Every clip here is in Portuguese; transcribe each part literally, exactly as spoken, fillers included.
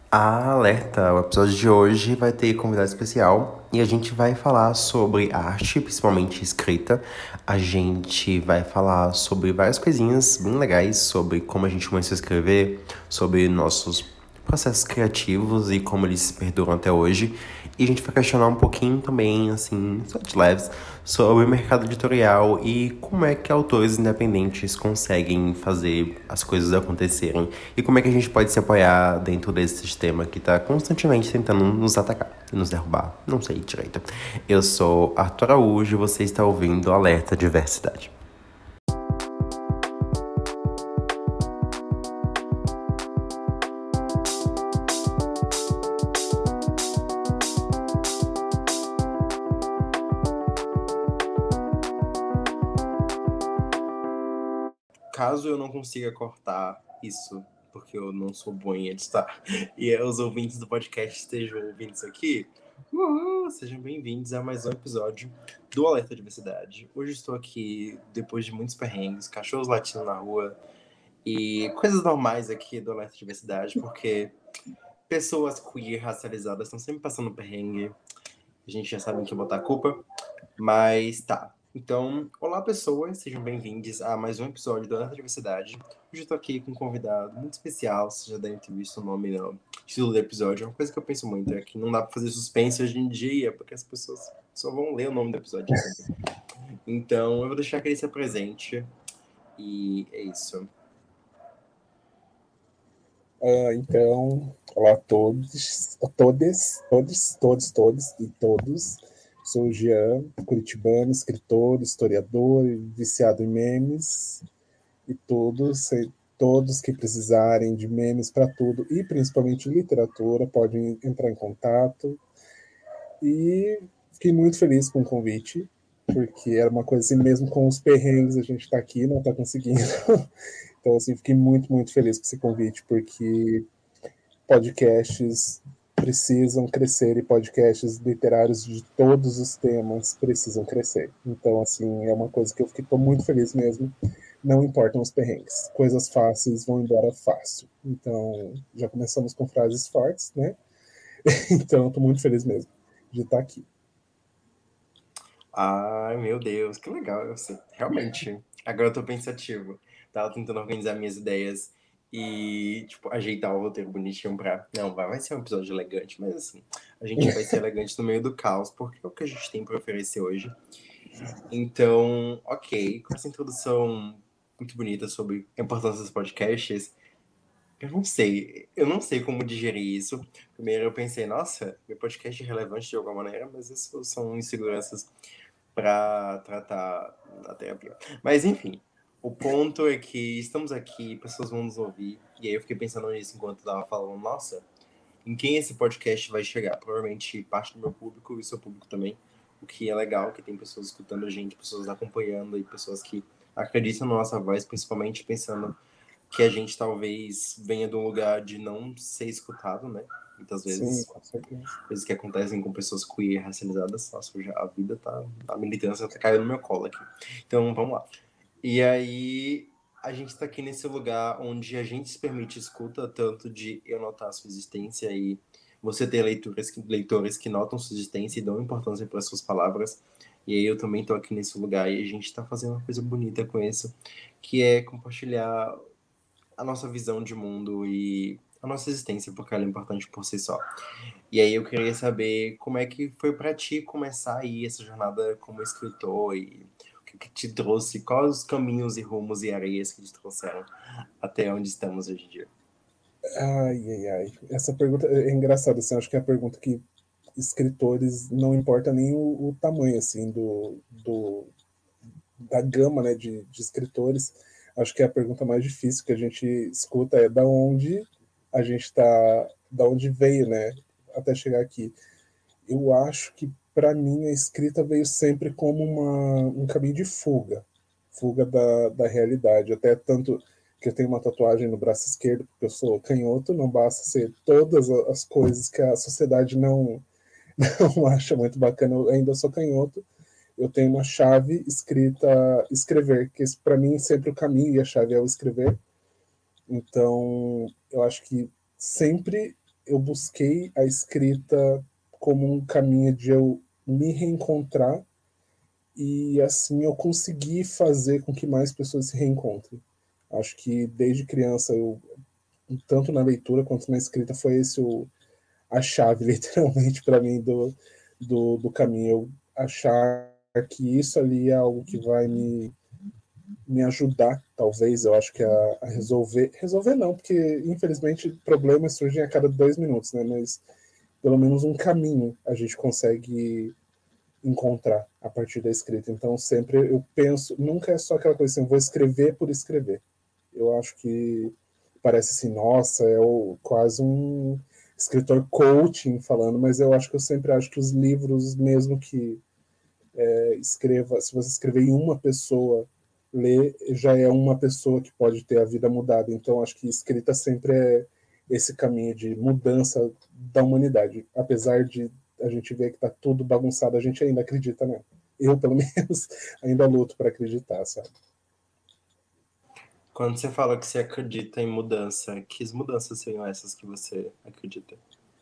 Alerta! O episódio de hoje vai ter convidado especial e a gente vai falar sobre arte, principalmente escrita. A gente vai falar sobre várias coisinhas bem legais, sobre como a gente começou a escrever, sobre nossos processos criativos e como eles se perduram até hoje. E a gente vai questionar um pouquinho também, assim, só de leves, sobre o mercado editorial e como é que autores independentes conseguem fazer as coisas acontecerem e como é que a gente pode se apoiar dentro desse sistema que está constantemente tentando nos atacar e nos derrubar. Não sei direito. Eu sou Arthur Araújo e você está ouvindo Alerta Diversidade. Caso eu não consiga cortar isso, porque eu não sou bom em editar, e os ouvintes do podcast estejam ouvindo isso aqui, uhul, sejam bem-vindos a mais um episódio do Alerta Diversidade. Hoje estou aqui, depois de muitos perrengues, cachorros latindo na rua e coisas normais aqui do Alerta Diversidade, porque pessoas queer racializadas estão sempre passando perrengue. A gente já sabe em que botar a culpa, mas tá. Então, olá pessoas, sejam bem-vindos a mais um episódio do Alerta Diversidade. Hoje eu tô aqui com um convidado muito especial, vocês já devem ter visto o nome no título do episódio. É uma coisa que eu penso muito, é que não dá pra fazer suspense hoje em dia, porque as pessoas só vão ler o nome do episódio sempre. Então, eu vou deixar que ele se apresente, e é isso. Ah, então, olá a todos, a todas, todos, todos, todos e todos. Sou o Jean, curitibano, escritor, historiador, viciado em memes e todos, todos que precisarem de memes para tudo e principalmente literatura podem entrar em contato. E fiquei muito feliz com o convite, porque era uma coisa assim, mesmo com os perrengues a gente está aqui, não está conseguindo. Então, assim, fiquei muito, muito feliz com esse convite, porque podcasts precisam crescer e podcasts literários de todos os temas precisam crescer. Então, assim, é uma coisa que eu estou muito feliz mesmo. Não importam os perrengues. Coisas fáceis vão embora fácil. Então, já começamos com frases fortes, né? Então, estou muito feliz mesmo de estar aqui. Ai, meu Deus, que legal. Eu sei. Realmente, agora eu tô pensativo. Tava tentando organizar minhas ideias e, tipo, ajeitar o roteiro bonitinho pra. Não, vai, vai ser um episódio elegante, mas assim, a gente vai ser elegante no meio do caos, porque é o que a gente tem pra oferecer hoje. Então, ok, com essa introdução muito bonita sobre a importância dos podcasts, eu não sei, eu não sei como digerir isso. Primeiro eu pensei, nossa, meu podcast é relevante de alguma maneira, mas isso são inseguranças para tratar na terapia. Mas enfim, o ponto é que estamos aqui, pessoas vão nos ouvir, e aí eu fiquei pensando nisso enquanto estava falando, nossa, em quem esse podcast vai chegar? Provavelmente parte do meu público e seu público também, o que é legal, que tem pessoas escutando a gente, pessoas acompanhando e pessoas que acreditam na nossa voz, principalmente pensando que a gente talvez venha de um lugar de não ser escutado, né? Muitas Sim, vezes com certeza. coisas que acontecem com pessoas queer racializadas, nossa, já, a vida tá, a militância tá caindo no meu colo aqui. Então, vamos lá. E aí, a gente tá aqui nesse lugar onde a gente se permite escuta, tanto de eu notar a sua existência e você ter leitores que, leitores que notam sua existência e dão importância para suas palavras. E aí eu também tô aqui nesse lugar e a gente tá fazendo uma coisa bonita com isso, que é compartilhar a nossa visão de mundo e a nossa existência, porque ela é importante por si só. E aí eu queria saber como é que foi para ti começar aí essa jornada como escritor e o que, que te trouxe, quais os caminhos e rumos e areias que te trouxeram até onde estamos hoje em dia. Ai, ai, ai. Essa pergunta é engraçada, assim, acho que é a pergunta que escritores não importa nem o, o tamanho, assim, do, do, da gama, né, de, de escritores. Acho que é a pergunta mais difícil que a gente escuta é da onde a gente está, da onde veio, né, até chegar aqui. Eu acho que para mim a escrita veio sempre como uma, um caminho de fuga, fuga da, da realidade. Até tanto que eu tenho uma tatuagem no braço esquerdo, porque eu sou canhoto, não basta ser todas as coisas que a sociedade não, não acha muito bacana, eu ainda sou canhoto. Eu tenho uma chave escrita escrever, que para mim sempre o caminho e a chave é o escrever. Então, eu acho que sempre eu busquei a escrita como um caminho de eu me reencontrar e assim eu consegui fazer com que mais pessoas se reencontrem. Acho que desde criança, eu, tanto na leitura quanto na escrita, foi esse o, a chave, literalmente, para mim, do, do, do caminho. Eu achar que isso ali é algo que vai me, me ajudar, talvez, eu acho que a, a resolver. Resolver não, porque infelizmente problemas surgem a cada dois minutos, né? Mas pelo menos um caminho a gente consegue encontrar a partir da escrita. Então sempre eu penso, nunca é só aquela coisa assim, eu vou escrever por escrever. Eu acho que parece assim, nossa, é o, quase um escritor coaching falando, mas eu acho que eu sempre acho que os livros, mesmo que é, escreva, se você escrever em uma pessoa, ler, já é uma pessoa que pode ter a vida mudada. Então acho que escrita sempre é esse caminho de mudança da humanidade. Apesar de a gente ver que tá tudo bagunçado, a gente ainda acredita, né? Eu, pelo menos, ainda luto para acreditar, sabe? Quando você fala que você acredita em mudança, que mudanças seriam essas que você acredita?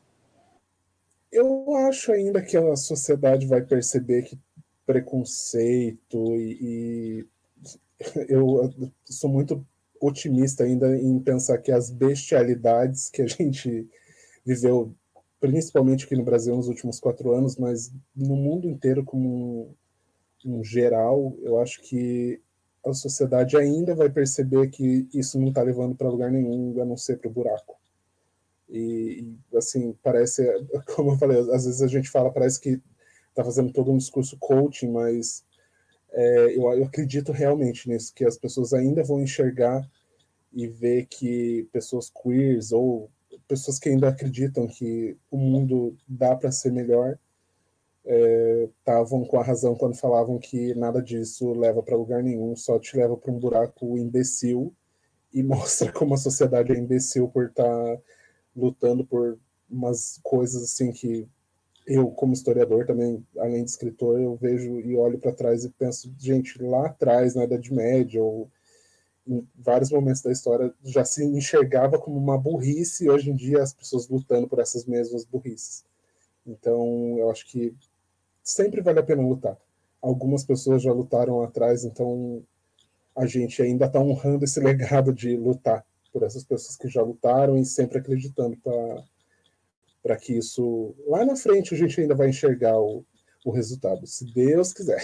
Eu acho ainda que a sociedade vai perceber que preconceito e, e eu sou muito otimista ainda em pensar que as bestialidades que a gente viveu, principalmente aqui no Brasil nos últimos quatro anos, mas no mundo inteiro como um, um geral, eu acho que a sociedade ainda vai perceber que isso não está levando para lugar nenhum, a não ser para o buraco. E, assim, parece, como eu falei, às vezes a gente fala, parece que está fazendo todo um discurso coaching, mas é, eu, eu acredito realmente nisso, que as pessoas ainda vão enxergar e ver que pessoas queers ou pessoas que ainda acreditam que o mundo dá para ser melhor estavam é, com a razão quando falavam que nada disso leva para lugar nenhum, só te leva para um buraco imbecil e mostra como a sociedade é imbecil por estar tá lutando por umas coisas assim que eu, como historiador também, além de escritor, eu vejo e olho para trás e penso, gente, lá atrás, na Idade Média, ou em vários momentos da história, já se enxergava como uma burrice, e hoje em dia as pessoas lutando por essas mesmas burrices. Então, eu acho que sempre vale a pena lutar. Algumas pessoas já lutaram lá atrás, então a gente ainda está honrando esse legado de lutar por essas pessoas que já lutaram e sempre acreditando para para que isso lá na frente a gente ainda vai enxergar o, o resultado, se Deus quiser.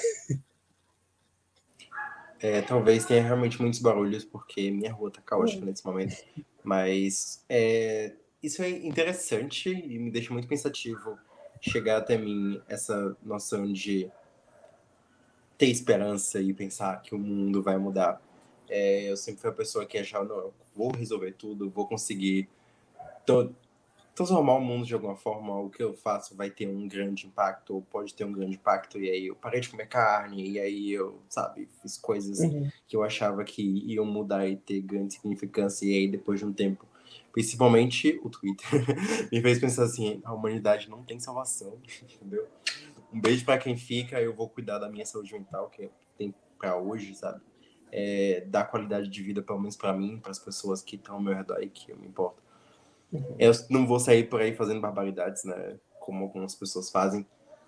É, talvez tenha realmente muitos barulhos, porque minha rua tá caótica nesse momento. Mas é, isso é interessante e me deixa muito pensativo chegar até mim essa noção de ter esperança e pensar que o mundo vai mudar. É, eu sempre fui a pessoa que achava, não, eu vou resolver tudo, vou conseguir transformar o mundo de alguma forma, o que eu faço vai ter um grande impacto, ou pode ter um grande impacto, e aí eu parei de comer carne, e aí eu, sabe, fiz coisas Uhum. que eu achava que iam mudar e ter grande significância, e aí depois de um tempo, principalmente o Twitter, me fez pensar assim, a humanidade não tem salvação, entendeu? Um beijo pra quem fica, eu vou cuidar da minha saúde mental, que tem pra hoje, sabe? É, dar qualidade de vida, pelo menos pra mim, para as pessoas que estão ao meu redor e que eu me importo. Eu não vou sair por aí fazendo barbaridades, né? Como algumas pessoas fazem.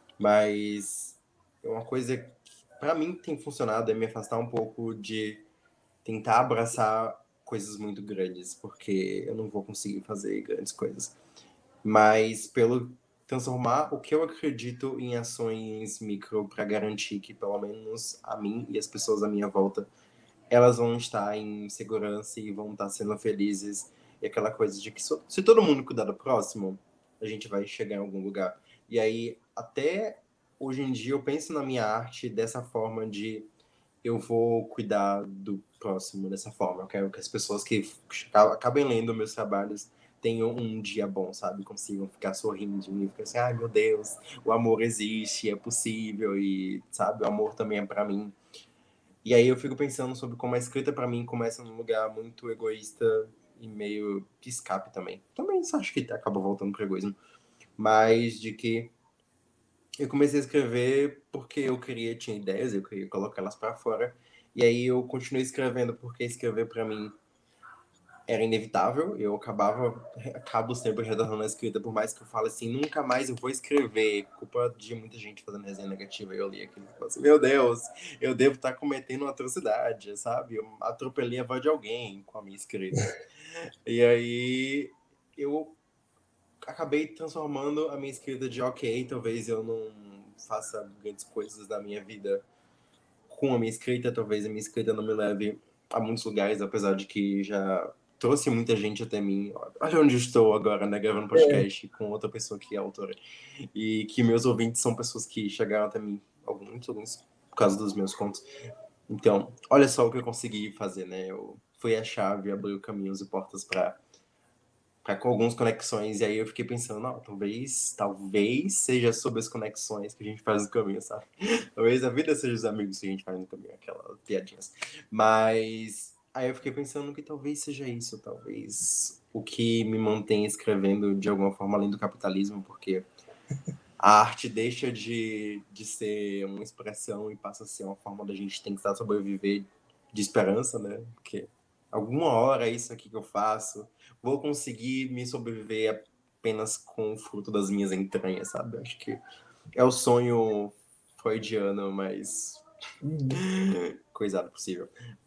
Mas é uma coisa que, pra mim, tem funcionado é me afastar um pouco de tentar abraçar coisas muito grandes, porque eu não vou conseguir fazer grandes coisas. Mas pelo transformar o que eu acredito em ações micro para garantir que pelo menos a mim e as pessoas à minha volta elas vão estar em segurança e vão estar sendo felizes. E aquela coisa de que se todo mundo cuidar do próximo, a gente vai chegar em algum lugar. E aí, até hoje em dia, eu penso na minha arte dessa forma de eu vou cuidar do próximo dessa forma. Eu quero que as pessoas que acabem lendo meus trabalhos tenham um dia bom, sabe? Consigam ficar sorrindo de mim, ficar assim, ai meu Deus, o amor existe, é possível e, sabe, o amor também é para mim. E aí eu fico pensando sobre como a escrita para mim começa num lugar muito egoísta e meio de escape também. Também acho que acaba voltando pro egoísmo. Mas de que eu comecei a escrever porque eu queria, tinha ideias, eu queria colocá-las para fora. E aí eu continuei escrevendo porque escrever para mim era inevitável, eu acabava, acabo sempre retornando a escrita, por mais que eu fale assim, nunca mais eu vou escrever, culpa de muita gente fazendo resenha negativa, eu li aquilo e falei assim, meu Deus, eu devo estar cometendo uma atrocidade, sabe? Eu atropelei a voz de alguém com a minha escrita. E aí, eu acabei transformando a minha escrita de ok, talvez eu não faça grandes coisas da minha vida com a minha escrita, talvez a minha escrita não me leve a muitos lugares, apesar de que já trouxe muita gente até mim. Olha onde estou agora, né, gravando É, podcast com outra pessoa que é autora. E que meus ouvintes são pessoas que chegaram até mim, alguns, alguns por causa dos meus contos. Então, olha só o que eu consegui fazer, né? Eu fui a chave, abriu caminhos e portas para para com algumas conexões, e aí eu fiquei pensando, não, talvez, talvez seja sobre as conexões que a gente faz no caminho, sabe? Talvez a vida seja os amigos que a gente faz no caminho, aquelas piadinhas. Mas aí eu fiquei pensando que talvez seja isso, talvez o que me mantém escrevendo de alguma forma além do capitalismo, porque a arte deixa de, de ser uma expressão e passa a ser uma forma da gente tentar sobreviver de esperança, né? Porque alguma hora é isso aqui que eu faço, vou conseguir me sobreviver apenas com o fruto das minhas entranhas, sabe? Acho que é o sonho freudiano, mas uhum. coisado possível.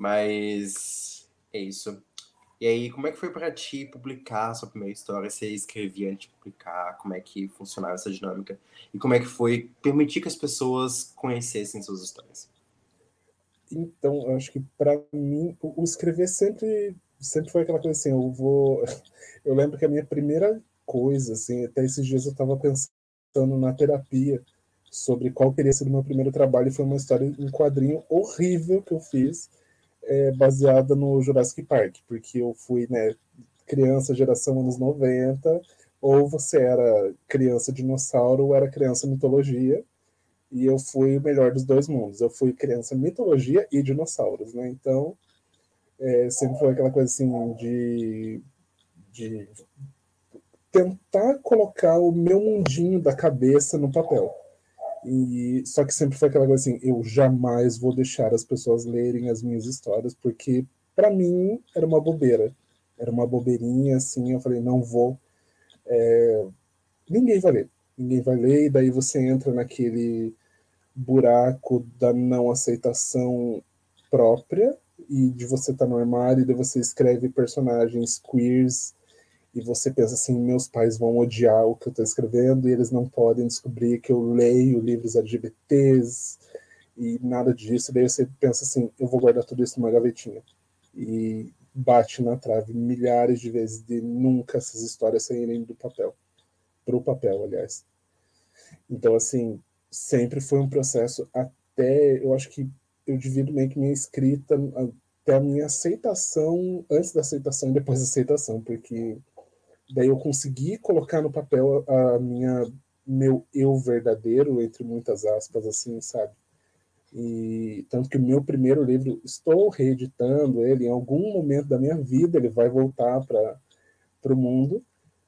Mas é isso. E aí, como é que foi pra ti publicar a sua primeira história? Você escrevia antes de publicar? Como é que funcionava essa dinâmica? E como é que foi permitir que as pessoas conhecessem suas histórias? Então, eu acho que para mim, o, o escrever sempre, sempre foi aquela coisa assim, eu vou... Eu lembro que a minha primeira coisa, assim, até esses dias eu estava pensando na terapia sobre qual teria sido o meu primeiro trabalho, e foi uma história em quadrinho horrível que eu fiz, é, baseada no Jurassic Park, porque eu fui, né, criança geração anos noventa, ou você era criança dinossauro ou era criança mitologia, e eu fui o melhor dos dois mundos. Eu fui criança mitologia e dinossauros, né? Então, é, sempre foi aquela coisa assim de, de tentar colocar o meu mundinho da cabeça no papel. E só que sempre foi aquela coisa assim, eu jamais vou deixar as pessoas lerem as minhas histórias, porque para mim era uma bobeira. Era uma bobeirinha assim, eu falei, não vou, ninguém vai ler. Ninguém vai ler, e daí você entra naquele buraco da não aceitação própria e de você estar tá no armário e daí você escreve personagens queers e você pensa assim, meus pais vão odiar o que eu estou escrevendo e eles não podem descobrir que eu leio livros L G B Ts e nada disso. Daí você pensa assim, eu vou guardar tudo isso numa gavetinha. E bate na trave milhares de vezes de nunca essas histórias saírem do papel. Pro papel, aliás. Então, assim, sempre foi um processo até, eu acho que eu divido meio que minha escrita até a minha aceitação, antes da aceitação e depois da aceitação, porque daí eu consegui colocar no papel a minha meu eu verdadeiro, entre muitas aspas, assim, sabe? E tanto que o meu primeiro livro, estou reeditando ele, em algum momento da minha vida ele vai voltar para o mundo,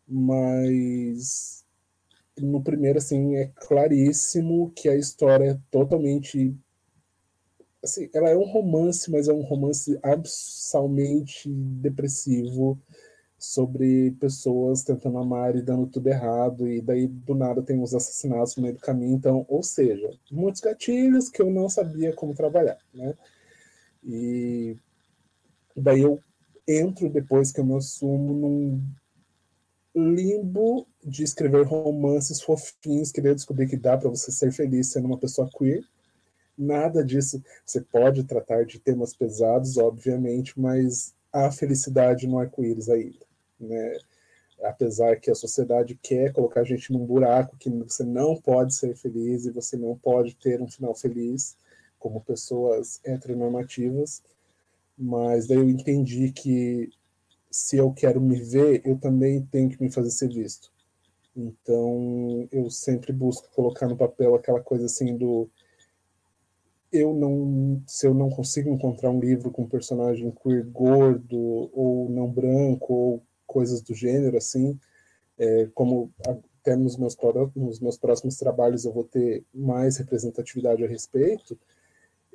mas no primeiro, assim, é claríssimo que a história é totalmente... Assim, ela é um romance, mas é um romance absurdamente depressivo sobre pessoas tentando amar e dando tudo errado, e daí do nada tem uns assassinatos no meio do caminho, então, ou seja, muitos gatilhos que eu não sabia como trabalhar, né? E daí eu entro depois que eu me assumo num limbo de escrever romances fofinhos, querer descobrir que dá para você ser feliz sendo uma pessoa queer. Nada disso. Você pode tratar de temas pesados, obviamente, mas há felicidade no arco-íris ainda, né? Apesar que a sociedade quer colocar a gente num buraco que você não pode ser feliz e você não pode ter um final feliz, como pessoas heteronormativas, mas daí eu entendi que se eu quero me ver, eu também tenho que me fazer ser visto. Então, eu sempre busco colocar no papel aquela coisa assim do eu não, se eu não consigo encontrar um livro com um personagem queer gordo ou não branco ou coisas do gênero assim, é, como até nos meus, nos meus próximos trabalhos eu vou ter mais representatividade a respeito,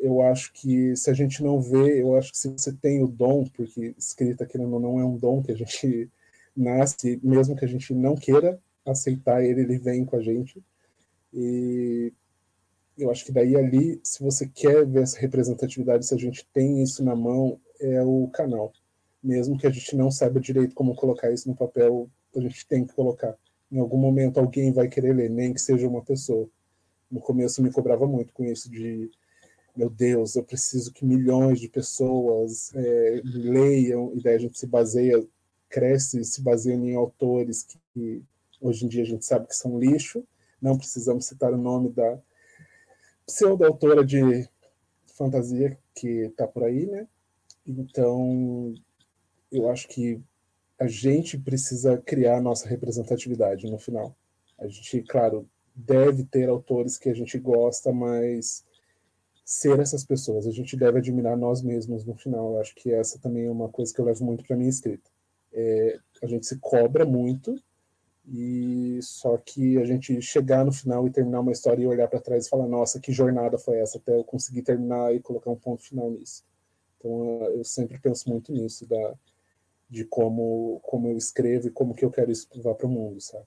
eu acho que se a gente não vê, eu acho que se você tem o dom, porque escrita, querendo ou não, é um dom que a gente nasce, mesmo que a gente não queira aceitar ele, ele vem com a gente. E eu acho que daí ali, se você quer ver essa representatividade, se a gente tem isso na mão, é o canal. Mesmo que a gente não saiba direito como colocar isso no papel, a gente tem que colocar. Em algum momento alguém vai querer ler, nem que seja uma pessoa. No começo eu me cobrava muito com isso de, meu Deus, eu preciso que milhões de pessoas é, leiam, e daí a gente se baseia, cresce se baseando em autores que hoje em dia a gente sabe que são lixo, não precisamos citar o nome da pseudo-autora de fantasia que está por aí, né? Então, eu acho que a gente precisa criar a nossa representatividade no final. A gente, claro, deve ter autores que a gente gosta, mas ser essas pessoas, a gente deve admirar nós mesmos no final. Eu acho que essa também é uma coisa que eu levo muito para minha escrita. É, a gente se cobra muito, e só que a gente chegar no final e terminar uma história e olhar para trás e falar, nossa, que jornada foi essa até eu conseguir terminar e colocar um ponto final nisso. Então eu sempre penso muito nisso, da, de como, como eu escrevo e como que eu quero isso levar para o mundo, sabe?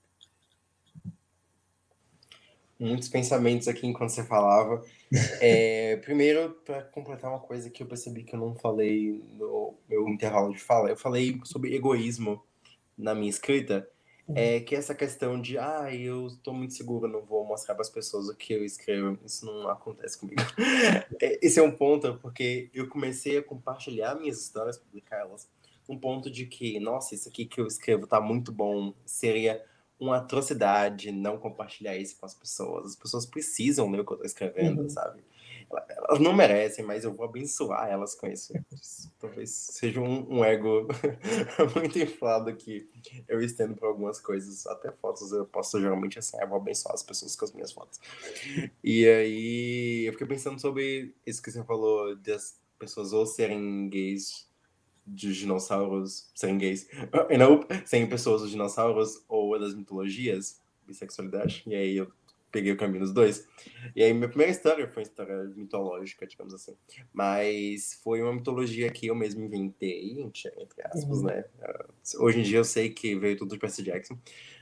Muitos pensamentos aqui enquanto você falava. É, primeiro, para completar uma coisa que eu percebi que eu não falei no meu intervalo de fala, eu falei sobre egoísmo na minha escrita, é que essa questão de, ah, eu estou muito seguro, não vou mostrar para as pessoas o que eu escrevo, isso não acontece comigo. Esse é um ponto, porque eu comecei a compartilhar minhas histórias, publicá-las, um ponto de que, nossa, isso aqui que eu escrevo tá muito bom, seria uma atrocidade não compartilhar isso com as pessoas. As pessoas precisam ler o que eu tô escrevendo, uhum. sabe? Elas não merecem, mas eu vou abençoar elas com isso. Talvez seja um, um ego muito inflado que eu estendo para algumas coisas. Até fotos eu posto geralmente assim, eu vou abençoar as pessoas com as minhas fotos. E aí eu fiquei pensando sobre isso que você falou, das pessoas ou serem gays de dinossauros, serem gays, uh, não, serem pessoas dos dinossauros ou das mitologias, bissexualidade, e aí eu peguei o caminho dos dois. E aí minha primeira história foi uma história mitológica, digamos assim, mas foi uma mitologia que eu mesmo inventei, entre aspas, uhum. né? Uh, hoje em dia eu sei que veio tudo de Percy Jackson,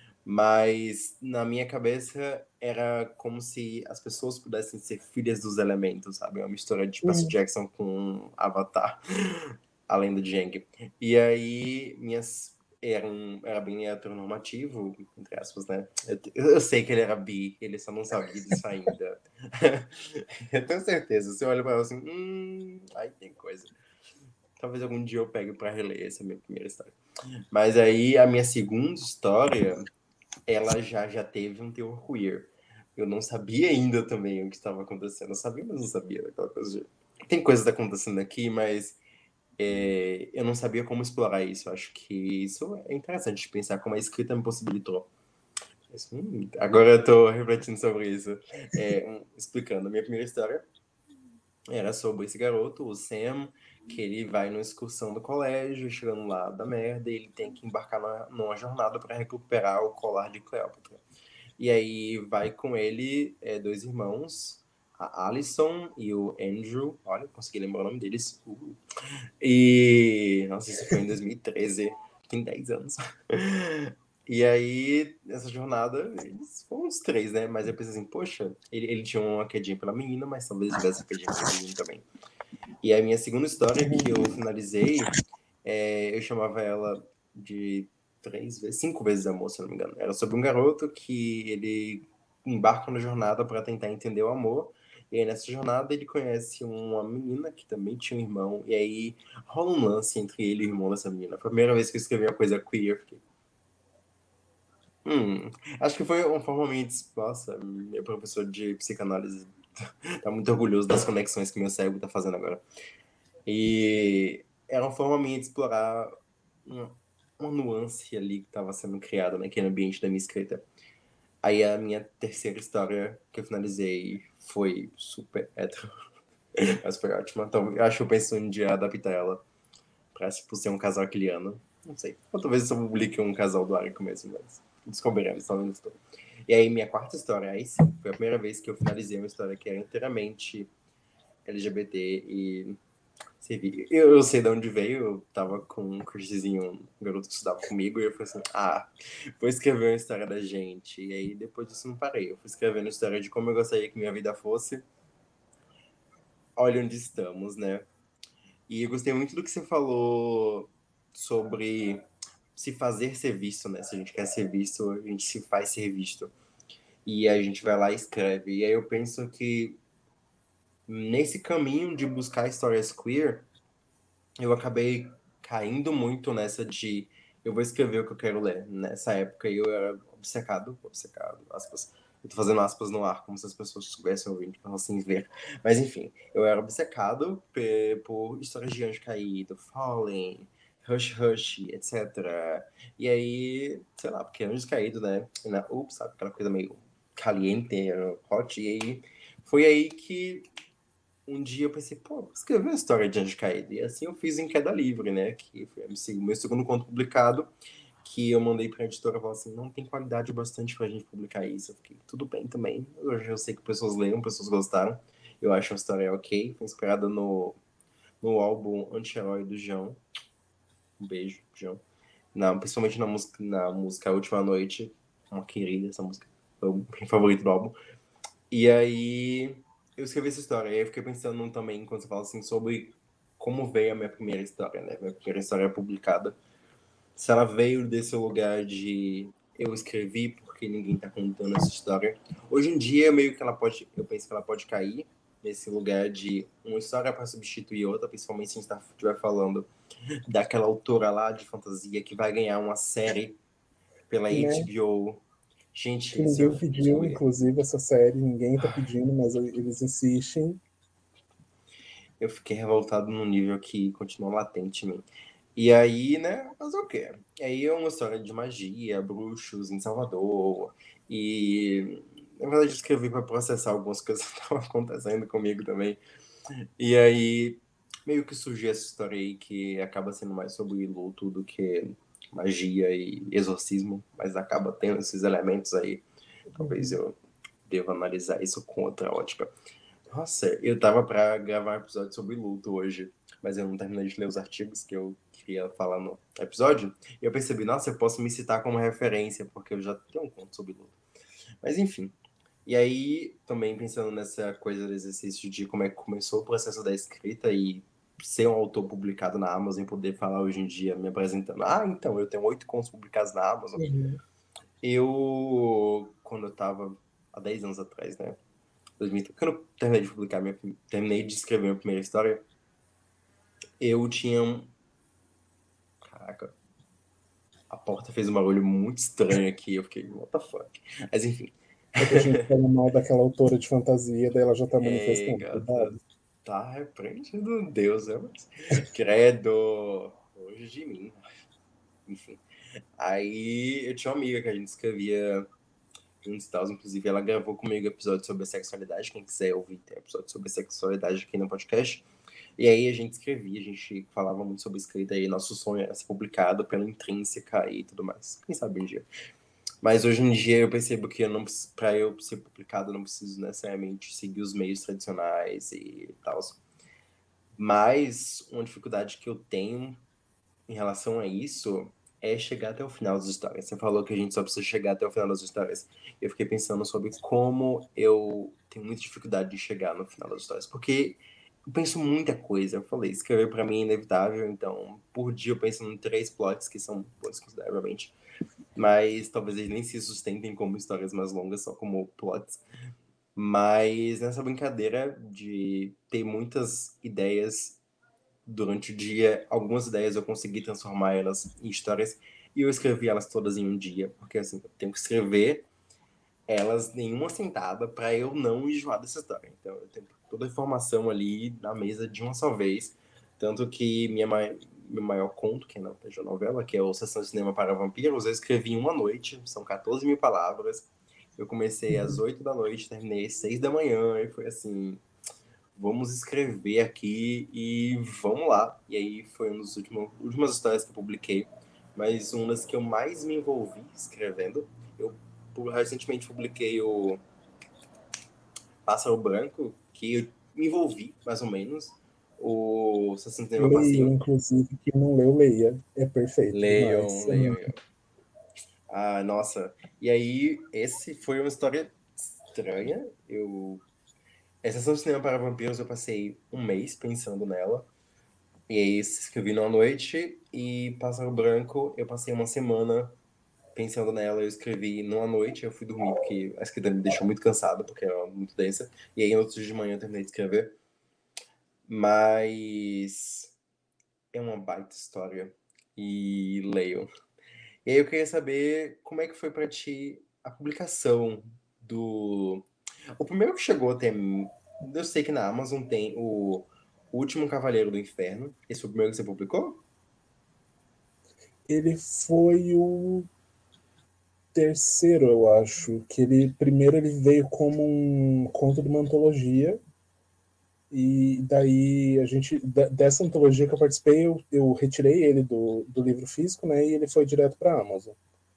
mas na minha cabeça era como se as pessoas pudessem ser filhas dos elementos, sabe? Uma mistura de Percy uhum. Jackson com Avatar. A lenda de Aang. E aí, minhas... Era, um, era bem heteronormativo, entre aspas, né? Eu, eu sei que ele era bi, ele só não sabia disso ainda. Eu tenho certeza. Você olha pra ela assim, hum... Aí tem coisa. Talvez algum dia eu pegue pra reler essa minha primeira história. Mas aí, a minha segunda história, ela já, já teve um teor queer. Eu não sabia ainda também o que estava acontecendo. Eu sabia, mas não sabia. Aquela coisa de... Tem coisas acontecendo aqui, mas... É, eu não sabia como explorar isso. Eu acho que isso é interessante de pensar como a escrita me possibilitou. Mas, hum, agora eu tô refletindo sobre isso. É, um, explicando, a minha primeira história era sobre esse garoto, o Sam, que ele vai numa excursão do colégio, chegando lá da merda, e ele tem que embarcar numa, numa jornada para recuperar o colar de Cleópatra. E aí vai com ele é, dois irmãos, a Alison e o Andrew. Olha, consegui lembrar o nome deles. Uh. E... Nossa, isso foi em dois mil e treze. Tem dez anos. E aí, nessa jornada, eles foram os três, né? Mas eu pensei assim, poxa, ele, ele tinha uma quedinha pela menina, mas talvez tivesse uma quedinha pelo menino também. E a minha segunda história que eu finalizei, é, eu chamava ela de três vezes, cinco vezes amor, se não me engano. Era sobre um garoto que ele embarca na jornada para tentar entender o amor. E aí, nessa jornada, ele conhece uma menina que também tinha um irmão. E aí, rola um lance entre ele e o irmão dessa menina. Foi a primeira vez que eu escrevi uma coisa queer. Fiquei... Hum, acho que foi uma forma meio... Nossa, meu professor de psicanálise tá muito orgulhoso das conexões que meu cérebro tá fazendo agora. E era uma forma minha de explorar uma, uma nuance ali que estava sendo criada naquele ambiente da minha escrita. Aí a minha terceira história que eu finalizei foi super hétero. Mas foi ótima. Então, eu acho que eu penso em um dia adaptar ela pra, tipo, ser um casal aquiliano. Não sei. Ou talvez eu publique um casal do Árico mesmo, mas descobriremos, talvez no futuro. E aí, minha quarta história, aí sim, foi a primeira vez que eu finalizei uma história que era inteiramente L G B T e servir. Eu, eu sei de onde veio, eu tava com um crushzinho, um garoto que estudava comigo, e eu falei assim, ah, vou escrever uma história da gente. E aí depois disso não parei. Eu fui escrevendo a história de como eu gostaria que minha vida fosse. Olha onde estamos, né? E eu gostei muito do que você falou sobre se fazer ser visto, né? Se a gente quer ser visto, a gente se faz ser visto. E a gente vai lá e escreve. E aí eu penso que nesse caminho de buscar histórias queer, eu acabei caindo muito nessa de eu vou escrever o que eu quero ler. Nessa época eu era obcecado, obcecado, aspas. Eu tô fazendo aspas no ar, como se as pessoas estivessem ouvindo, pra assim ver. Mas enfim, eu era obcecado por histórias de Anjo Caído, Fallen, Hush Hush, etcétera. E aí, sei lá, porque Anjos Caídos, né? Na, ups, sabe? Aquela coisa meio caliente, hot. E aí, foi aí que um dia eu pensei, pô, vou escrever uma história de Anjo Caído. E assim eu fiz em Queda Livre, né? Que foi o meu segundo conto publicado, que eu mandei pra editora e falei assim, não tem qualidade bastante pra gente publicar isso. Eu fiquei, tudo bem também. Hoje eu sei que pessoas leram, pessoas gostaram. Eu acho a história ok. Foi inspirada no, no álbum Anti-Herói do João. Um beijo, João. Na, principalmente na música, na música A Última Noite. Uma querida essa música. Foi o meu favorito do álbum. E aí eu escrevi essa história. E aí eu fiquei pensando também, quando você fala assim, sobre como veio a minha primeira história, né? Minha primeira história publicada. Se ela veio desse lugar de eu escrevi porque ninguém tá contando essa história. Hoje em dia, meio que ela pode, eu penso que ela pode cair nesse lugar de uma história para substituir outra, principalmente se a gente estiver falando daquela autora lá de fantasia que vai ganhar uma série pela Né? H B O. Gente, Que isso eu ninguém pediu, fiquei. inclusive, essa série, ninguém tá pedindo, mas eles insistem. Eu fiquei revoltado num nível que continua latente em mim. E aí, né, fazer o quê? E aí é uma história de magia, bruxos em Salvador. E, na verdade, eu escrevi para processar algumas coisas que estavam acontecendo comigo também. E aí, meio que surgiu essa história aí que acaba sendo mais sobre luto do que magia e exorcismo, mas acaba tendo esses elementos aí. Talvez Uhum. eu deva analisar isso com outra ótica. Nossa, eu tava pra gravar um episódio sobre luto hoje, mas eu não terminei de ler os artigos que eu queria falar no episódio. E eu percebi, nossa, eu posso me citar como referência, porque eu já tenho um conto sobre luto. Mas enfim. E aí, também pensando nessa coisa do exercício de como é que começou o processo da escrita e ser um autor publicado na Amazon e poder falar hoje em dia, me apresentando. Ah, então, eu tenho oito contos publicados na Amazon. Uhum. Eu, quando eu tava há dez anos atrás, né? dois mil e trinta, quando eu terminei de publicar minha, terminei de escrever minha primeira história, eu tinha um. Caraca, a porta fez um barulho muito estranho aqui. Eu fiquei, what the fuck? Mas enfim. É que a gente fala mal daquela autora de fantasia, daí ela já tá É, manifestando. gata, Cuidado. tá repreendido Deus, né? Mas, credo, longe de mim. Enfim. Aí eu tinha uma amiga que a gente escrevia juntos e tal, inclusive ela gravou comigo episódio sobre a sexualidade. Quem quiser ouvir, tem episódio sobre a sexualidade aqui no podcast. E aí a gente escrevia, a gente falava muito sobre escrita e nosso sonho era ser publicado pela Intrínseca e tudo mais. Quem sabe um dia. Mas hoje em dia eu percebo que eu não para eu ser publicado eu não preciso necessariamente seguir os meios tradicionais e tal. Mas uma dificuldade que eu tenho em relação a isso é chegar até o final das histórias. Você falou que a gente só precisa chegar até o final das histórias. Eu fiquei pensando sobre como eu tenho muita dificuldade de chegar no final das histórias, porque eu penso muita coisa. Eu falei, escrever para mim é inevitável, então por dia eu penso em três plots que são bons consideravelmente, mas talvez eles nem se sustentem como histórias mais longas, só como plots. Mas nessa brincadeira de ter muitas ideias durante o dia, algumas ideias eu consegui transformar elas em histórias e eu escrevi elas todas em um dia, porque assim, eu tenho que escrever elas em uma sentada para eu não enjoar dessa história. Então eu tenho toda a informação ali na mesa de uma só vez, tanto que minha mai... meu maior conto, que é na novela, que é o Sessão de Cinema para Vampiros, eu escrevi em uma noite, são quatorze mil palavras. Eu comecei às oito da noite, terminei às seis da manhã, e foi assim, vamos escrever aqui e vamos lá. E aí foi uma das últimas, últimas histórias que eu publiquei, mas uma das que eu mais me envolvi escrevendo. Eu recentemente publiquei o Pássaro Branco, que me envolvi, mais ou menos. O Assassino do Cinema eu Leia, passei. inclusive, quem não leu, leia. É perfeito Leiam, demais. É leiam, muito- leiam. Ah, nossa. E aí, esse foi uma história estranha. Eu. Essa Sessão de Cinema para Vampiros eu passei um mês pensando nela. E aí, escrevi numa noite. E Pássaro Branco eu passei uma semana pensando nela. Eu escrevi numa noite. Eu fui dormir porque a escrita me deixou muito cansada, porque era muito densa. E aí, no outro dia de manhã, eu terminei de escrever. Mas. É uma baita história. E leiam. E aí eu queria saber como é que foi pra ti a publicação do. O primeiro que chegou até mim, eu sei que na Amazon tem o Último Cavaleiro do Inferno. Esse foi o primeiro que você publicou? Ele foi o terceiro, eu acho. Que ele primeiro ele veio como um conto de uma antologia. E daí a gente, dessa antologia que eu participei, eu, eu retirei ele do, do livro físico, né? E ele foi direto para a Amazon.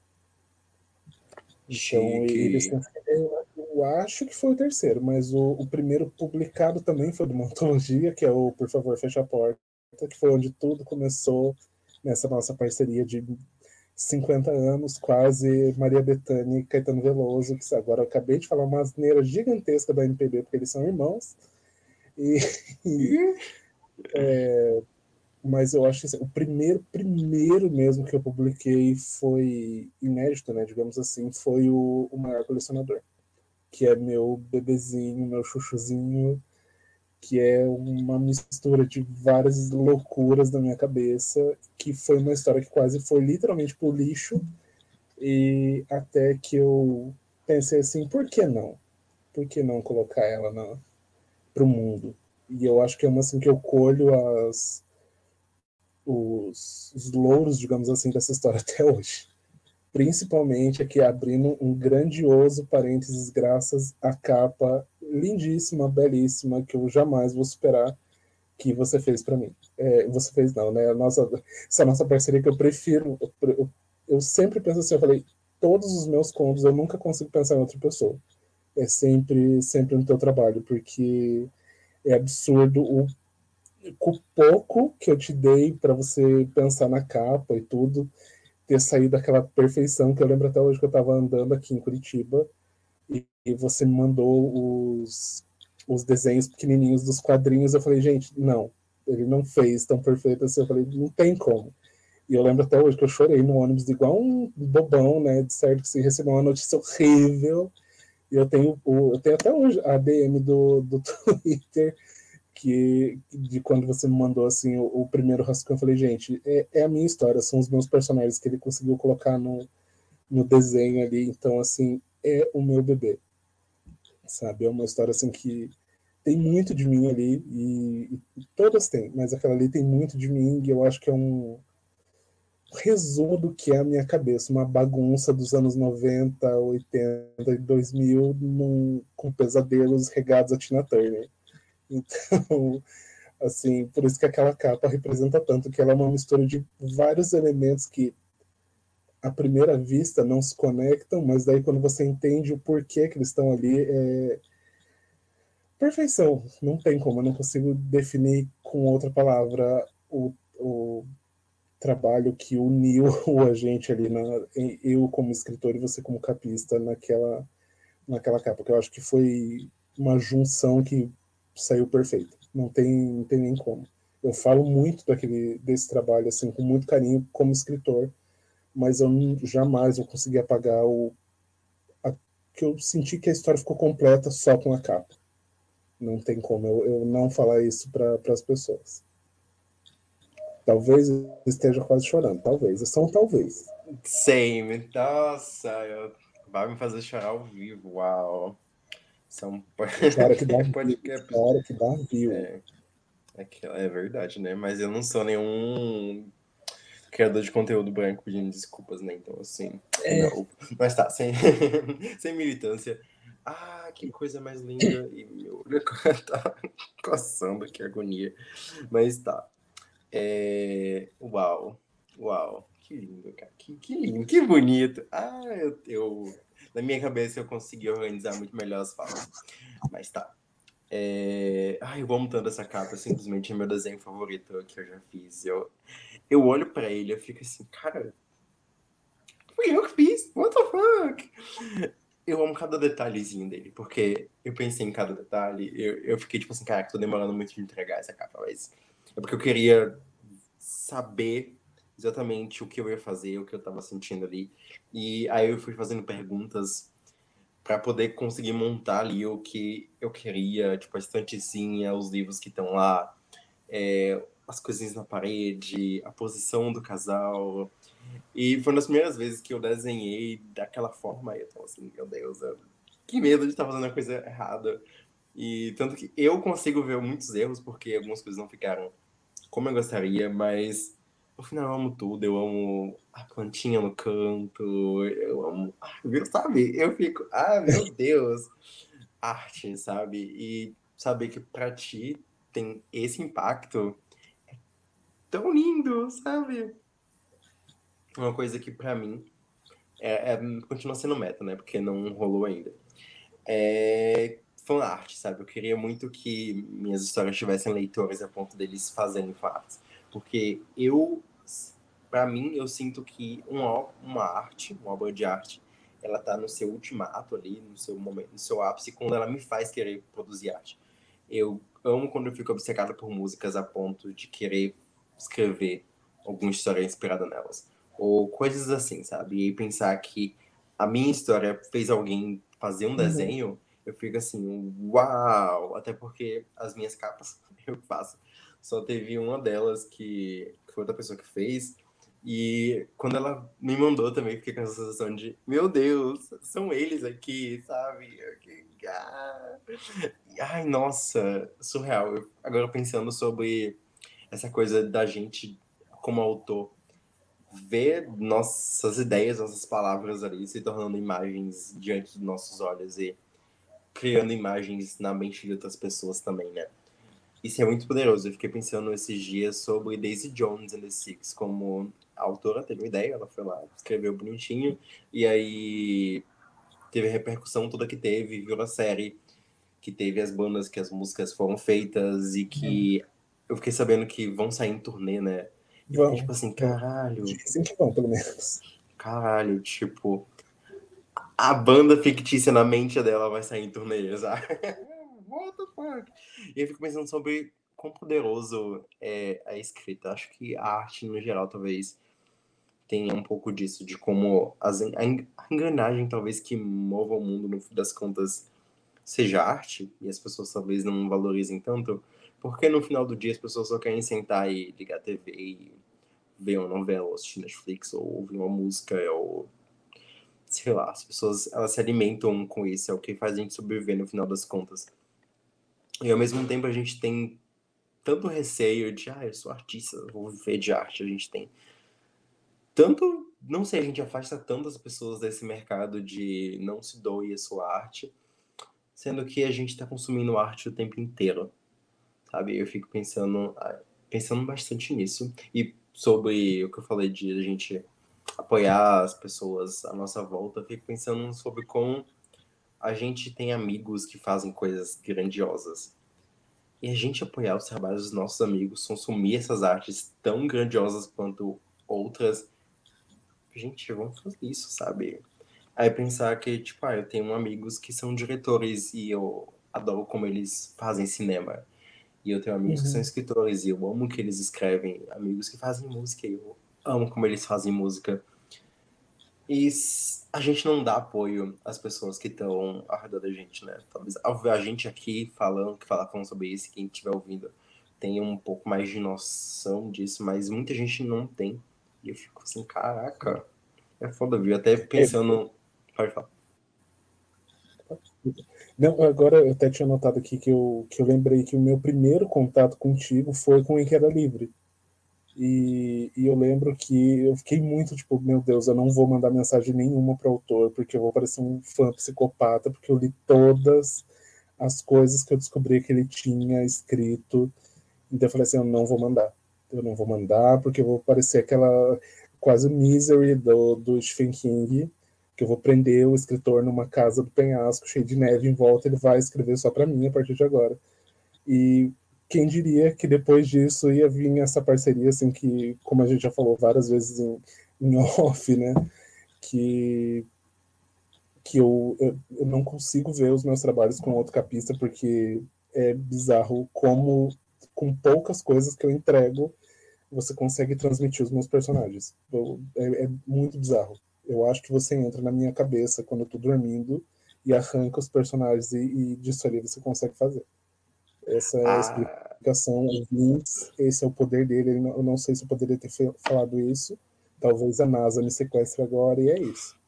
Então, ele, Chique. assim, eu, eu acho que foi o terceiro, mas o, o primeiro publicado também foi de uma antologia, que é o Por Favor, Feche a Porta, que foi onde tudo começou nessa nossa parceria de cinquenta anos, quase Maria Bethânia e Caetano Veloso, que agora eu acabei de falar uma asneira gigantesca da M P B, porque eles são irmãos. E, e mas eu acho que assim, o primeiro, primeiro mesmo que eu publiquei foi inédito, né? Digamos assim, foi o, o Maior Colecionador, que é meu bebezinho, meu chuchuzinho, que é uma mistura de várias loucuras da minha cabeça, que foi uma história que quase foi literalmente pro lixo, e até que eu pensei assim, por que não? Por que não colocar ela na, pro mundo? E eu acho que é uma assim que eu colho as os, os louros, digamos assim, dessa história até hoje. Principalmente aqui abrindo um grandioso parênteses, graças à capa lindíssima, belíssima, que eu jamais vou superar, que você fez para mim. É, você fez não, né? A nossa, essa nossa parceria que eu prefiro. Eu, eu sempre penso assim, eu falei, todos os meus contos eu nunca consigo pensar em outra pessoa. É sempre, sempre no teu trabalho, porque é absurdo o com o pouco que eu te dei para você pensar na capa e tudo, ter saído daquela perfeição que eu lembro até hoje que eu estava andando aqui em Curitiba e, e você me mandou os, os desenhos pequenininhos dos quadrinhos. Eu falei, gente, não, ele não fez tão perfeito assim. Eu falei, não tem como. E eu lembro até hoje que eu chorei no ônibus igual um bobão, né? De certo que se recebeu uma notícia horrível. E eu tenho, eu tenho até hoje a D M do, do Twitter que de quando você me mandou assim o, o primeiro rascunho, eu falei, gente, é, é, a minha história, são os meus personagens que ele conseguiu colocar no, no desenho ali, então assim, é o meu bebê, sabe? É uma história assim que tem muito de mim ali e, e todas têm, mas aquela ali tem muito de mim e eu acho que é um resumo do que é a minha cabeça, uma bagunça dos anos noventa, oitenta e dois mil num, com pesadelos regados a Tina Turner. Então, assim, por isso que aquela capa representa tanto, que ela é uma mistura de vários elementos que à primeira vista não se conectam, mas daí quando você entende o porquê que eles estão ali, é perfeição. Não tem como, eu não consigo definir com outra palavra o, o trabalho que uniu o agente ali, na, eu como escritor e você como capista naquela, naquela capa, que eu acho que foi uma junção que saiu perfeita. Não tem, não tem nem como. Eu falo muito daquele, desse trabalho assim com muito carinho como escritor, mas eu não, jamais vou conseguir apagar o a, que eu senti que a história ficou completa só com a capa. Não tem como eu, eu não falar isso para as pessoas. Talvez eu esteja quase chorando, talvez. É só um talvez. Same. Nossa, eu... vai me fazer chorar ao vivo. Uau. São... Chora que dá Pode... view, chora que dá view. É, é verdade, né? Mas eu não sou nenhum criador de conteúdo branco pedindo desculpas, né? Então, assim, É, não. Mas tá, sem, sem militância. Ah, que coisa mais linda. E meu olho tá coçando, que agonia. Mas tá. É... Uau, uau. Que lindo, cara. Que, que lindo, que bonito. Ah, eu, eu... Na minha cabeça eu consegui organizar muito melhor as falas. Mas tá. É... Ai, eu amo tanto essa capa, é simplesmente meu desenho favorito que eu já fiz. Eu, eu olho pra ele, eu fico assim, cara, fui eu que fiz, what the fuck? Eu amo cada detalhezinho dele, porque eu pensei em cada detalhe, eu, eu fiquei tipo assim, caraca, tô demorando muito de entregar essa capa, mas é porque eu queria saber exatamente o que eu ia fazer, o que eu tava sentindo ali. E aí eu fui fazendo perguntas para poder conseguir montar ali o que eu queria, tipo a estantezinha, os livros que estão lá, é, as coisinhas na parede, a posição do casal. E foi uma das primeiras vezes que eu desenhei daquela forma. E eu tava assim, meu Deus, eu... que medo de estar fazendo a coisa errada. E tanto que eu consigo ver muitos erros, porque algumas coisas não ficaram como eu gostaria, mas no final eu amo tudo. Eu amo a plantinha no canto, eu amo. Ah, viu, sabe? Eu fico, ah, meu Deus, arte, sabe? E saber que pra ti tem esse impacto tão lindo, sabe? Uma coisa que pra mim é, é- continua sendo meta, né? Porque não rolou ainda. É fanart, sabe? Eu queria muito que minhas histórias tivessem leitores a ponto deles fazerem fanarts. Porque eu, pra mim, eu sinto que uma, uma arte, uma obra de arte, ela tá no seu ultimato ali, no seu momento, no seu ápice, quando ela me faz querer produzir arte. Eu amo quando eu fico obcecado por músicas a ponto de querer escrever alguma história inspirada nelas. Ou coisas assim, sabe? E pensar que a minha história fez alguém fazer um Uhum. desenho, eu fico assim, uau! Até porque as minhas capas eu faço. Só teve uma delas que, que foi outra pessoa que fez. E quando ela me mandou também, fiquei com essa sensação de, meu Deus, são eles aqui, sabe? Eu fiquei, ah. Ai, nossa, surreal. Eu, agora pensando sobre essa coisa da gente, como autor, ver nossas ideias, nossas palavras ali se tornando imagens diante dos nossos olhos e criando imagens na mente de outras pessoas também, né? Isso é muito poderoso. Eu fiquei pensando esses dias sobre Daisy Jones and the Six, como a autora teve uma ideia, ela foi lá, escreveu bonitinho, e aí teve a repercussão toda que teve, viu a série, que teve as bandas que as músicas foram feitas e Uhum. que eu fiquei sabendo que vão sair em turnê, né? E eu fiquei tipo Vão, assim, vão. caralho, Dizem que vão, pelo menos. caralho, tipo, a banda fictícia na mente dela vai sair em turnê, sabe? What the fuck? E eu fico pensando sobre quão poderoso é a escrita. Acho que a arte, no geral, talvez tenha um pouco disso, de como as, a engrenagem, talvez, que mova o mundo, no fim das contas, seja arte, e as pessoas talvez não valorizem tanto, porque no final do dia as pessoas só querem sentar e ligar a T V e ver uma novela, ou assistir Netflix, ou ouvir uma música, ou sei lá, as pessoas elas se alimentam com isso, é o que faz a gente sobreviver no final das contas. E ao mesmo tempo a gente tem tanto receio de, ah, eu sou artista, vou viver de arte, a gente tem tanto, não sei, a gente afasta tantas pessoas desse mercado de não se doe a sua arte, sendo que a gente está consumindo arte o tempo inteiro, sabe? Eu fico pensando, ah, pensando bastante nisso e sobre o que eu falei de a gente apoiar as pessoas à nossa volta, eu fico pensando sobre como a gente tem amigos que fazem coisas grandiosas. E a gente apoiar os trabalhos dos nossos amigos, consumir essas artes tão grandiosas quanto outras, gente, vamos fazer isso, sabe? Aí pensar que, tipo, ah, eu tenho amigos que são diretores e eu adoro como eles fazem cinema. E eu tenho amigos que são Uhum. escritores e eu amo que eles escrevem. Amigos que fazem música e eu amo como eles fazem música. E a gente não dá apoio às pessoas que estão ao redor da gente, né? Talvez a gente aqui falando, que fala falando sobre isso, quem estiver ouvindo, tenha um pouco mais de noção disso, mas muita gente não tem. E eu fico assim, caraca, é foda, viu? Até É, pensando. Pode falar. não, agora eu até tinha notado aqui que eu, que eu lembrei que o meu primeiro contato contigo foi com o Era Livre. E, e eu lembro que eu fiquei muito tipo, meu Deus, eu não vou mandar mensagem nenhuma para o autor, porque eu vou parecer um fã psicopata, porque eu li todas as coisas que eu descobri que ele tinha escrito. Então eu falei assim, eu não vou mandar. Eu não vou mandar, porque eu vou parecer aquela quase misery do, do Stephen King, que eu vou prender o escritor numa casa do penhasco, cheio de neve em volta, ele vai escrever só para mim a partir de agora. E quem diria que depois disso ia vir essa parceria, assim, que, como a gente já falou várias vezes em, em off, né, que, que eu, eu, eu não consigo ver os meus trabalhos com outro capista, porque é bizarro como, com poucas coisas que eu entrego, você consegue transmitir os meus personagens. Eu, é, é muito bizarro. Eu acho que você entra na minha cabeça quando eu tô dormindo e arranca os personagens e, e disso ali você consegue fazer. Essa é a Ah, explicação. O Vince, esse é o poder dele. Ele não, eu não sei se eu poderia ter fe- falado isso. Talvez a NASA me sequestre agora e é isso.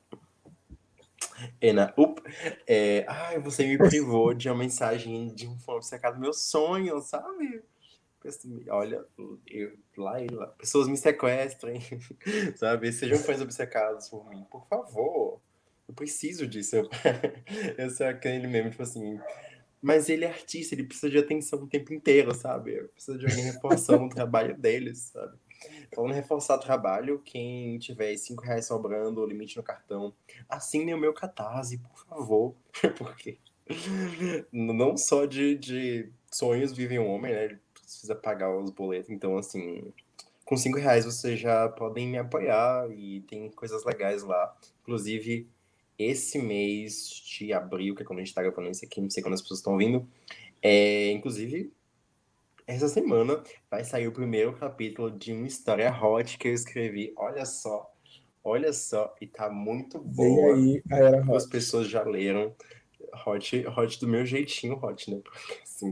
Ena, up, é, ai, você me privou de uma mensagem de um fã obcecado do meu sonho, sabe? Assim, olha, eu, lá e lá, pessoas me sequestrem, sabe? Sejam fãs obcecados por mim, por favor. Eu preciso disso. Eu, eu sou aquele mesmo, tipo assim. Mas ele é artista, ele precisa de atenção o tempo inteiro, sabe? Precisa de alguém reforçando o trabalho deles, sabe? Falando em reforçar o trabalho, quem tiver cinco reais sobrando, o limite no cartão, assine o meu Catarse, por favor. Porque não só de, de sonhos vive um homem, né? Ele precisa pagar os boletos. Então, assim, com cinco reais vocês já podem me apoiar e tem coisas legais lá. Inclusive, esse mês de abril, que é quando a gente tá gravando isso aqui, não sei quando as pessoas estão vindo, é, inclusive, essa semana vai sair o primeiro capítulo de uma história hot que eu escrevi. Olha só, olha só, e tá muito Vem boa. aí a Era Duas Hot. pessoas já leram. Hot, hot do meu jeitinho, hot, né? Porque assim.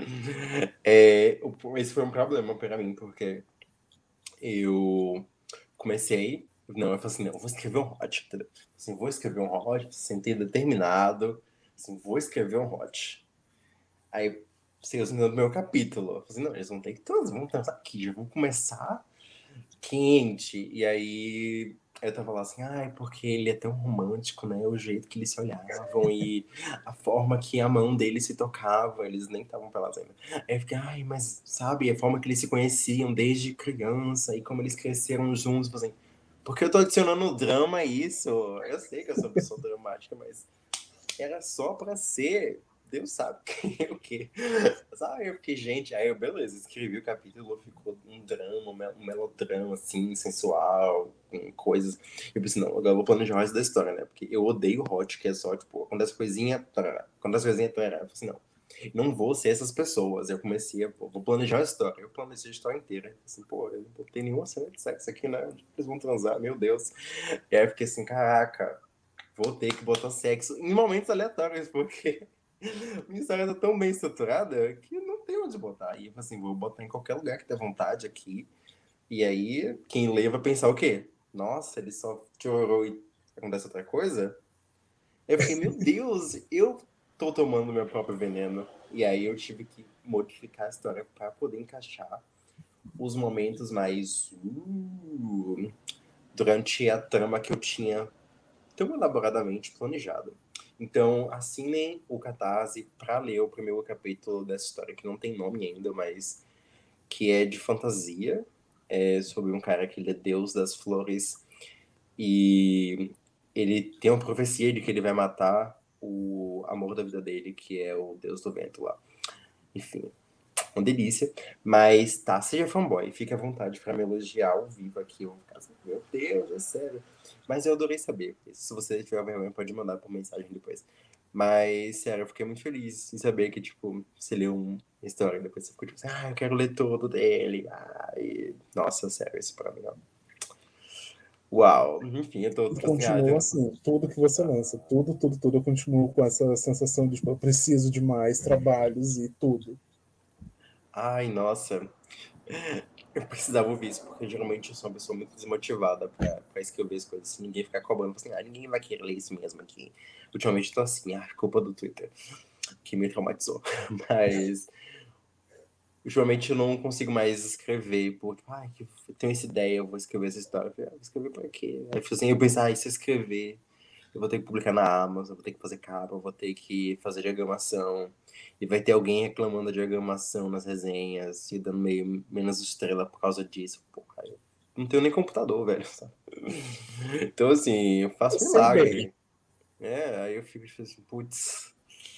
É, esse foi um problema pra mim, porque eu comecei. Não, eu falei assim, não, eu vou escrever um hot, entendeu? Assim, vou escrever um hot, sentei determinado, assim, vou escrever um hot. Aí, sei, assim, no meu capítulo, eu falei assim, não, eles vão ter que todos, vão transar aqui, já vou começar quente. E aí eu tava lá assim, ai, porque ele é tão romântico, né? O jeito que eles se olhavam e a forma que a mão dele se tocava, eles nem estavam pelados ainda. Aí eu fiquei, ai, mas sabe, a forma que eles se conheciam desde criança e como eles cresceram juntos, assim, porque eu tô adicionando drama a isso. Eu sei que eu sou uma pessoa dramática, mas era só pra ser. Deus sabe o que. Sabe, eu fiquei, gente, aí eu, beleza, escrevi o capítulo, ficou um drama, um melodrama, assim, sensual, com coisas. Eu pensei, não, agora eu vou planejar o resto da história, né? Porque eu odeio hot, que é só, tipo, acontece coisinha, tarará, acontece coisinha, tarará. Eu falei assim, não, não vou ser essas pessoas. Eu comecei a, pô, vou planejar a história. Eu planejei a história inteira. Assim, pô, eu não botei nenhuma cena de sexo aqui, né? Eles vão transar, meu Deus. E aí eu fiquei assim, caraca, vou ter que botar sexo em momentos aleatórios, porque minha história tá tão bem estruturada que não tem onde botar. E eu falei assim, vou botar em qualquer lugar que der vontade aqui. E aí, quem lê vai pensar o quê? Nossa, ele só chorou e acontece outra coisa? Eu fiquei, meu Deus, eu tô tomando meu próprio veneno. E aí eu tive que modificar a história para poder encaixar os momentos mais uh, durante a trama que eu tinha tão elaboradamente planejado. Então, assinem o Catarse para ler o primeiro capítulo dessa história, que não tem nome ainda, mas que é de fantasia, é sobre um cara que ele é deus das flores e ele tem uma profecia de que ele vai matar o amor da vida dele, que é o deus do vento lá. Enfim, uma delícia. Mas tá, seja fanboy, fique à vontade para me elogiar ao vivo aqui. Eu vou ficar assim, meu Deus, é sério. Mas eu adorei saber. Se você tiver vergonha, pode mandar por mensagem depois. Mas, sério, eu fiquei muito feliz em saber que, tipo, você leu uma história e depois você ficou tipo assim, ah, eu quero ler tudo dele. Ai, nossa, sério, isso pra mim, ó. Uau. Enfim, eu tô E tipo assim, ah, continua eu... assim, tudo que você lança, tudo, tudo, tudo, eu continuo com essa sensação de, tipo, eu preciso de mais trabalhos e tudo. Ai, nossa. Eu precisava ouvir isso, porque geralmente eu sou uma pessoa muito desmotivada pra, pra escrever as coisas. Se ninguém ficar cobrando, assim, ah, ninguém vai querer ler isso mesmo aqui. Ultimamente eu tô assim, ah, culpa do Twitter, que me traumatizou. Mas, ultimamente eu não consigo mais escrever, porque, ai, que eu tenho essa ideia, eu vou escrever essa história. Eu falei, ah, vou escrever pra quê? Aí, tipo assim, eu pensei, ah, e se eu escrever, eu vou ter que publicar na Amazon, eu vou ter que fazer capa, eu vou ter que fazer diagramação. E vai ter alguém reclamando da diagramação nas resenhas e dando meio menos estrela por causa disso. Porra, não tenho nem computador, velho. Sabe? Então, assim, eu Eu faço sei bem. milagre. É, aí eu fico tipo assim, putz.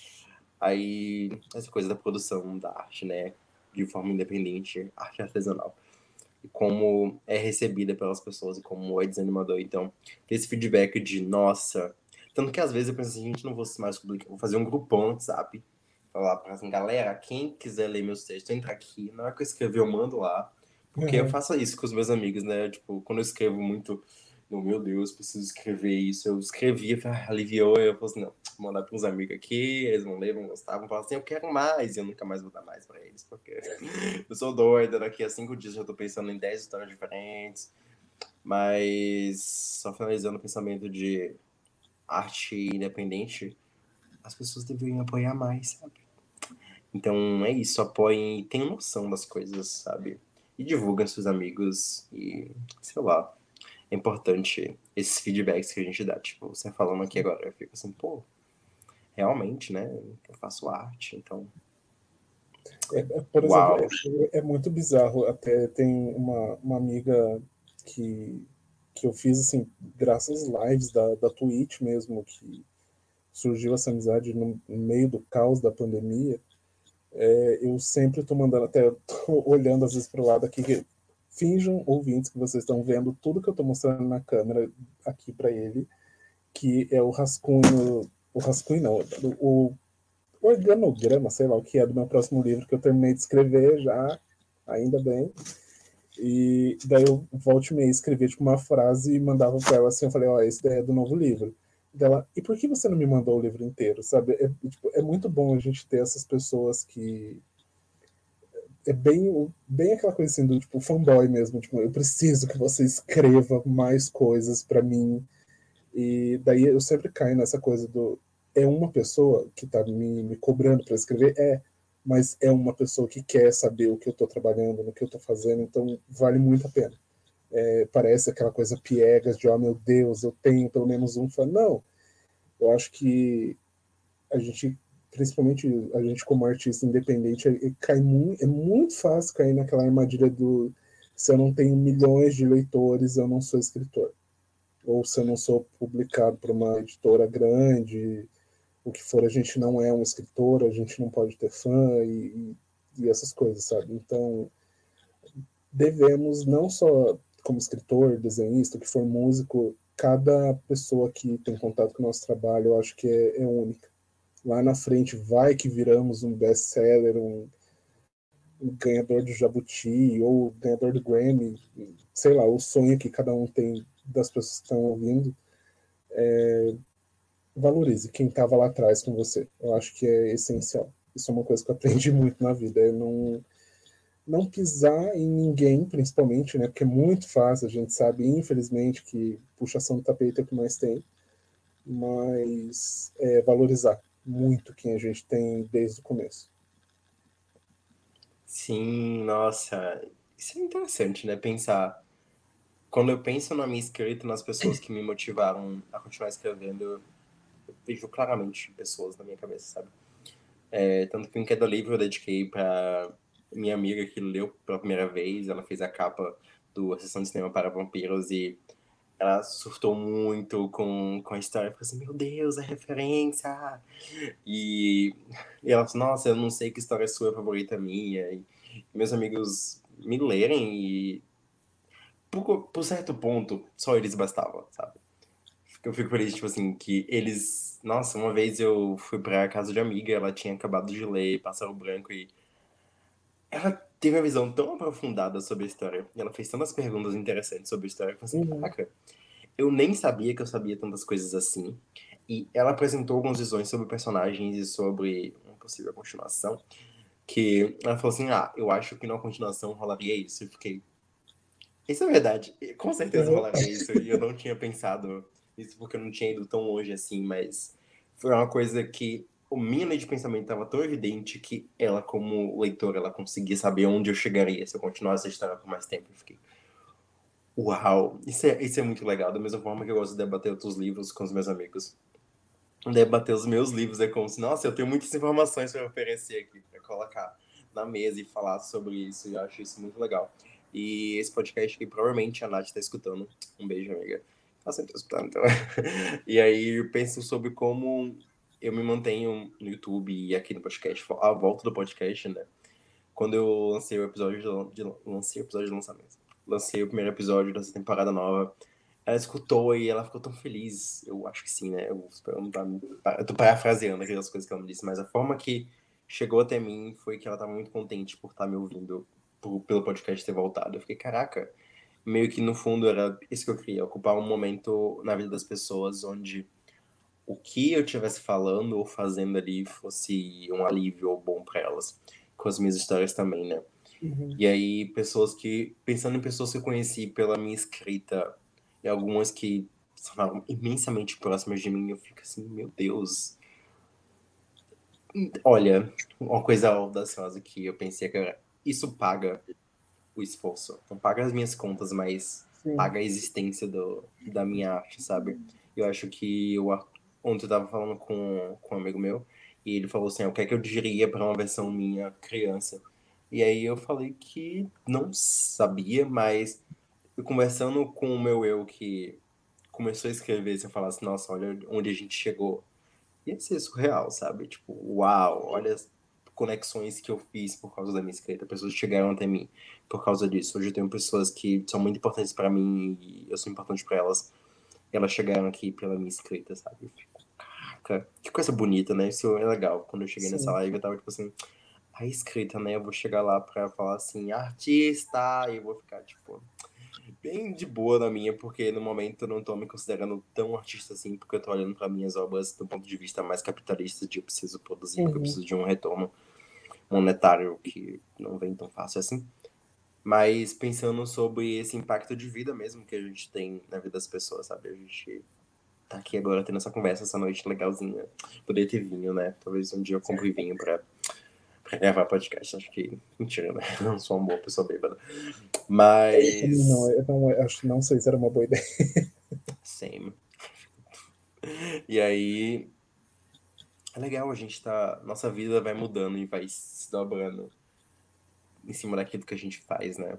Aí, essa coisa da produção da arte, né? De forma independente, arte artesanal. E como é recebida pelas pessoas e como é desanimador. Então, ter esse feedback de, nossa. Tanto que às vezes eu penso assim, gente, não vou mais publicar, vou fazer um grupão no WhatsApp. Falar pra assim, galera, quem quiser ler meus textos, entra aqui. Na hora que eu escrever, eu mando lá. Porque eu Uhum. faço isso com os meus amigos, né? Tipo, quando eu escrevo muito, no meu Deus, preciso escrever isso. Eu escrevia, ah, aliviou, eu falei assim, não, vou mandar para uns amigos aqui, eles vão ler, vão gostar, vão falar assim, eu quero mais, e eu nunca mais vou dar mais pra eles, porque eu sou doida, daqui a cinco dias eu já tô pensando em dez histórias diferentes. Mas, só finalizando o pensamento de arte independente, as pessoas deveriam apoiar mais, sabe? Então é isso, apoiem e tenham noção das coisas, sabe? E divulguem seus amigos e, sei lá, é importante esses feedbacks que a gente dá. Tipo, você falando aqui agora, eu fico assim, pô, realmente, né? Eu faço arte, então, É, é, por exemplo, uau. é, é muito bizarro. Até tem uma, uma amiga que, que eu fiz, assim, graças às lives da, da Twitch mesmo, que surgiu essa amizade no meio do caos da pandemia. É, eu sempre estou mandando, até tô olhando às vezes para o lado aqui, que finjam, ouvintes, que vocês estão vendo tudo que eu estou mostrando na câmera aqui para ele, que é o rascunho, o rascunho não, o organograma, sei lá o que é, do meu próximo livro, que eu terminei de escrever já, ainda bem. E daí eu volte e meia escrever tipo, uma frase e mandava para ela assim, eu falei, ó, oh, esse daí é do novo livro. Dela, e por que você não me mandou o livro inteiro, sabe? É, tipo, é muito bom a gente ter essas pessoas que é bem, bem aquela coisa assim do tipo fanboy mesmo, tipo, eu preciso que você escreva mais coisas para mim. E daí eu sempre caio nessa coisa do é uma pessoa que tá me, me cobrando para escrever, é, mas é uma pessoa que quer saber o que eu tô trabalhando, no que eu tô fazendo, então vale muito a pena. É, parece aquela coisa piegas de, oh meu Deus, eu tenho pelo menos um fã. Não, eu acho que a gente, principalmente a gente como artista independente, é, é, cai muito, é muito fácil cair naquela armadilha do se eu não tenho milhões de leitores, eu não sou escritor. Ou se eu não sou publicado por uma editora grande, o que for, a gente não é um escritor, a gente não pode ter fã e, e, e essas coisas, sabe? Então, devemos, não só como escritor, desenhista, que for músico, cada pessoa que tem contato com o nosso trabalho, eu acho que é, é única. Lá na frente vai que viramos um best-seller, um, um ganhador do Jabuti ou ganhador do Grammy, sei lá, o sonho que cada um tem das pessoas que estão ouvindo. Valorize quem estava lá atrás com você. Eu acho que é essencial. Isso é uma coisa que eu aprendi muito na vida. É não, não pisar em ninguém, principalmente, né? Porque é muito fácil, a gente sabe, infelizmente, que puxação do tapete é o que mais tem. Mas é, valorizar muito quem a gente tem desde o começo. Sim, nossa, isso é interessante, né? Pensar. Quando eu penso na minha escrita, nas pessoas que me motivaram a continuar escrevendo, eu vejo claramente pessoas na minha cabeça, sabe? É, tanto que um queda livre eu dediquei pra minha amiga que leu pela primeira vez, ela fez a capa do A Sessão de Cinema para Vampiros e ela surtou muito com, com a história. Ficou assim, meu Deus, é referência! E, e ela falou, nossa, eu não sei que história é sua favorita minha. E meus amigos me lerem e, por, por certo ponto, só eles bastava, sabe? Eu fico feliz, tipo assim, que eles... Nossa, uma vez eu fui pra casa de amiga, ela tinha acabado de ler Pássaro Branco e ela teve uma visão tão aprofundada sobre a história. E ela fez tantas perguntas interessantes sobre a história que eu falei assim, Uhum. caraca, eu nem sabia que eu sabia tantas coisas assim. E ela apresentou algumas visões sobre personagens e sobre uma possível continuação. Que ela falou assim: ah, eu acho que na continuação rolaria isso. Eu fiquei. Isso é verdade. Com certeza Uhum. rolaria isso. E eu não tinha pensado isso porque eu não tinha ido tão longe assim. Mas foi uma coisa que. A minha linha de pensamento estava tão evidente que ela, como leitora, ela conseguia saber onde eu chegaria se eu continuasse a história por mais tempo. Eu fiquei. Uau! Isso é, isso é muito legal. Da mesma forma que eu gosto de debater outros livros com os meus amigos. Debater os meus livros é como se, nossa, eu tenho muitas informações para oferecer aqui, para colocar na mesa e falar sobre isso, e eu acho isso muito legal. E esse podcast que provavelmente a Nath tá escutando. Um beijo, amiga. Ela sempre tá escutando, então. E aí eu penso sobre como eu me mantenho no YouTube e aqui no podcast, à volta do podcast, né? Quando eu lancei o episódio de, de lancei o episódio de lançamento. Lancei o primeiro episódio dessa temporada nova. Ela escutou e ela ficou tão feliz. Eu acho que sim, né? Eu, eu, não tá, eu tô parafraseando aquelas coisas que ela me disse, mas a forma que chegou até mim foi que ela tava muito contente por estar me ouvindo, por, pelo podcast ter voltado. Eu fiquei, caraca, meio que no fundo era isso que eu queria, ocupar um momento na vida das pessoas onde o que eu estivesse falando ou fazendo ali fosse um alívio ou bom para elas. Com as minhas histórias também, né? Uhum. E aí, pessoas que, pensando em pessoas que eu conheci pela minha escrita, e algumas que se tornaram imensamente próximas de mim, eu fico assim, meu Deus. Olha, uma coisa audaciosa que eu pensei que era, isso paga o esforço. Não paga as minhas contas, mas Sim. paga a existência do, da minha arte, sabe? Eu acho que eu, ontem eu tava falando com, com um amigo meu, e ele falou assim, ah, o que é que eu diria para uma versão minha criança? E aí eu falei que não sabia, mas eu conversando com o meu eu que começou a escrever, se eu falasse, nossa, olha onde a gente chegou, ia ser surreal, sabe? Tipo, uau, olha as conexões que eu fiz por causa da minha escrita, pessoas chegaram até mim por causa disso. Hoje eu tenho pessoas que são muito importantes pra mim e eu sou importante pra elas. E elas chegaram aqui pela minha escrita, sabe? Eu fico, caraca, que coisa bonita, né? Isso é legal. Quando eu cheguei nessa Sim. live, eu tava tipo assim, a escrita, né? Eu vou chegar lá pra falar assim, artista, e eu vou ficar, tipo, bem de boa na minha, porque no momento eu não tô me considerando tão artista assim, porque eu tô olhando para minhas obras do ponto de vista mais capitalista, de eu preciso produzir, porque eu Uhum. preciso de um retorno monetário que não vem tão fácil assim. Mas pensando sobre esse impacto de vida mesmo que a gente tem na vida das pessoas, sabe? A gente tá aqui agora tendo essa conversa essa noite legalzinha. Poderia ter vinho, né? Talvez um dia eu compre vinho pra, pra gravar podcast. Acho que. Mentira, né? Eu não sou uma boa pessoa bêbada. Não, Mas. eu não, acho, não sei se era uma boa ideia. Same. E aí, é legal, a gente tá. Nossa vida vai mudando e vai se dobrando em cima daquilo que a gente faz, né?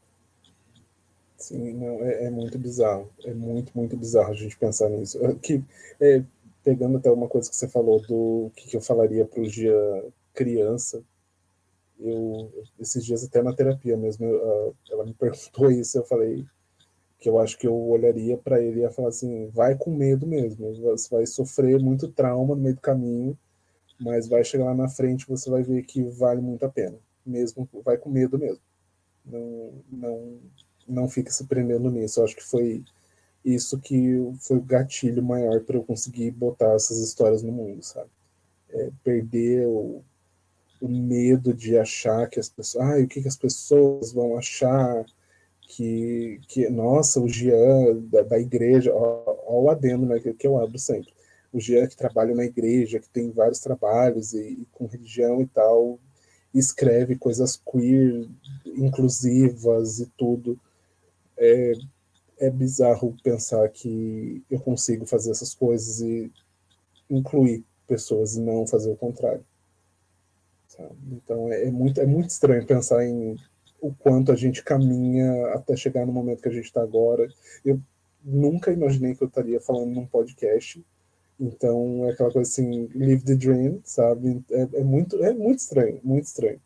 Sim, não, é, é muito bizarro. É muito, muito bizarro a gente pensar nisso. É, Que, é, pegando até uma coisa que você falou do que, que eu falaria para o dia criança, eu, esses dias até na terapia mesmo, eu, ela me perguntou isso, eu falei que eu acho que eu olharia para ele e ia falar assim, vai com medo mesmo, você vai sofrer muito trauma no meio do caminho, mas vai chegar lá na frente, você vai ver que vale muito a pena, mesmo, vai com medo mesmo. Não, não, não fica se prendendo nisso. Eu acho que foi isso que foi o gatilho maior para eu conseguir botar essas histórias no mundo, sabe? É perder o, o medo de achar que as pessoas, ah, o que, que as pessoas vão achar que, que nossa, o Jean da, da igreja, ó, ó, o adendo, né, que, que eu abro sempre. O Jean que trabalha na igreja, que tem vários trabalhos e, e com religião e tal, escreve coisas queer, inclusivas e tudo. É, é bizarro pensar que eu consigo fazer essas coisas e incluir pessoas e não fazer o contrário. Sabe? Então é, é, muito, é muito estranho pensar em o quanto a gente caminha até chegar no momento que a gente está agora. Eu nunca imaginei que eu estaria falando num podcast. Então é aquela coisa assim, live the dream, sabe? É, é muito, é muito estranho, muito estranho.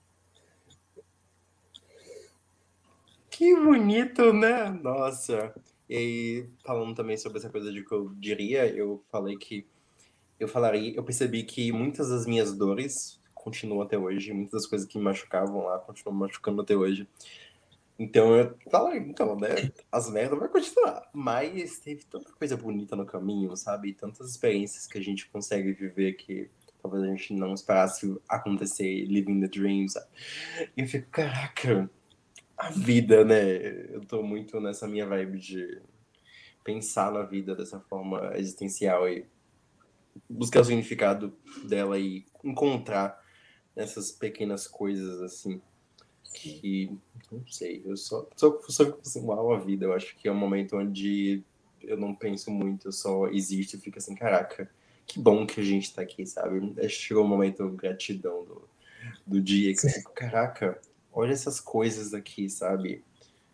Que bonito, né? Nossa. E aí, falando também sobre essa coisa de que eu diria, eu falei que eu falaria, eu percebi que muitas das minhas dores continuam até hoje, muitas das coisas que me machucavam lá continuam me machucando até hoje. Então eu falaria, então, né? As merdas vão continuar. Mas teve tanta coisa bonita no caminho, sabe? Tantas experiências que a gente consegue viver que talvez a gente não esperasse acontecer, living the dream, sabe? E eu fico, caraca, a vida, né? Eu tô muito nessa minha vibe de pensar na vida dessa forma existencial e buscar o significado dela e encontrar essas pequenas coisas assim que não sei, eu só só, só fico assim, uau, a vida. Eu acho que é um momento onde eu não penso muito, eu só existo e fico assim, caraca, que bom que a gente tá aqui, sabe? Acho que chegou o momento de gratidão do, do dia que eu Sim. fico, caraca, olha essas coisas aqui, sabe?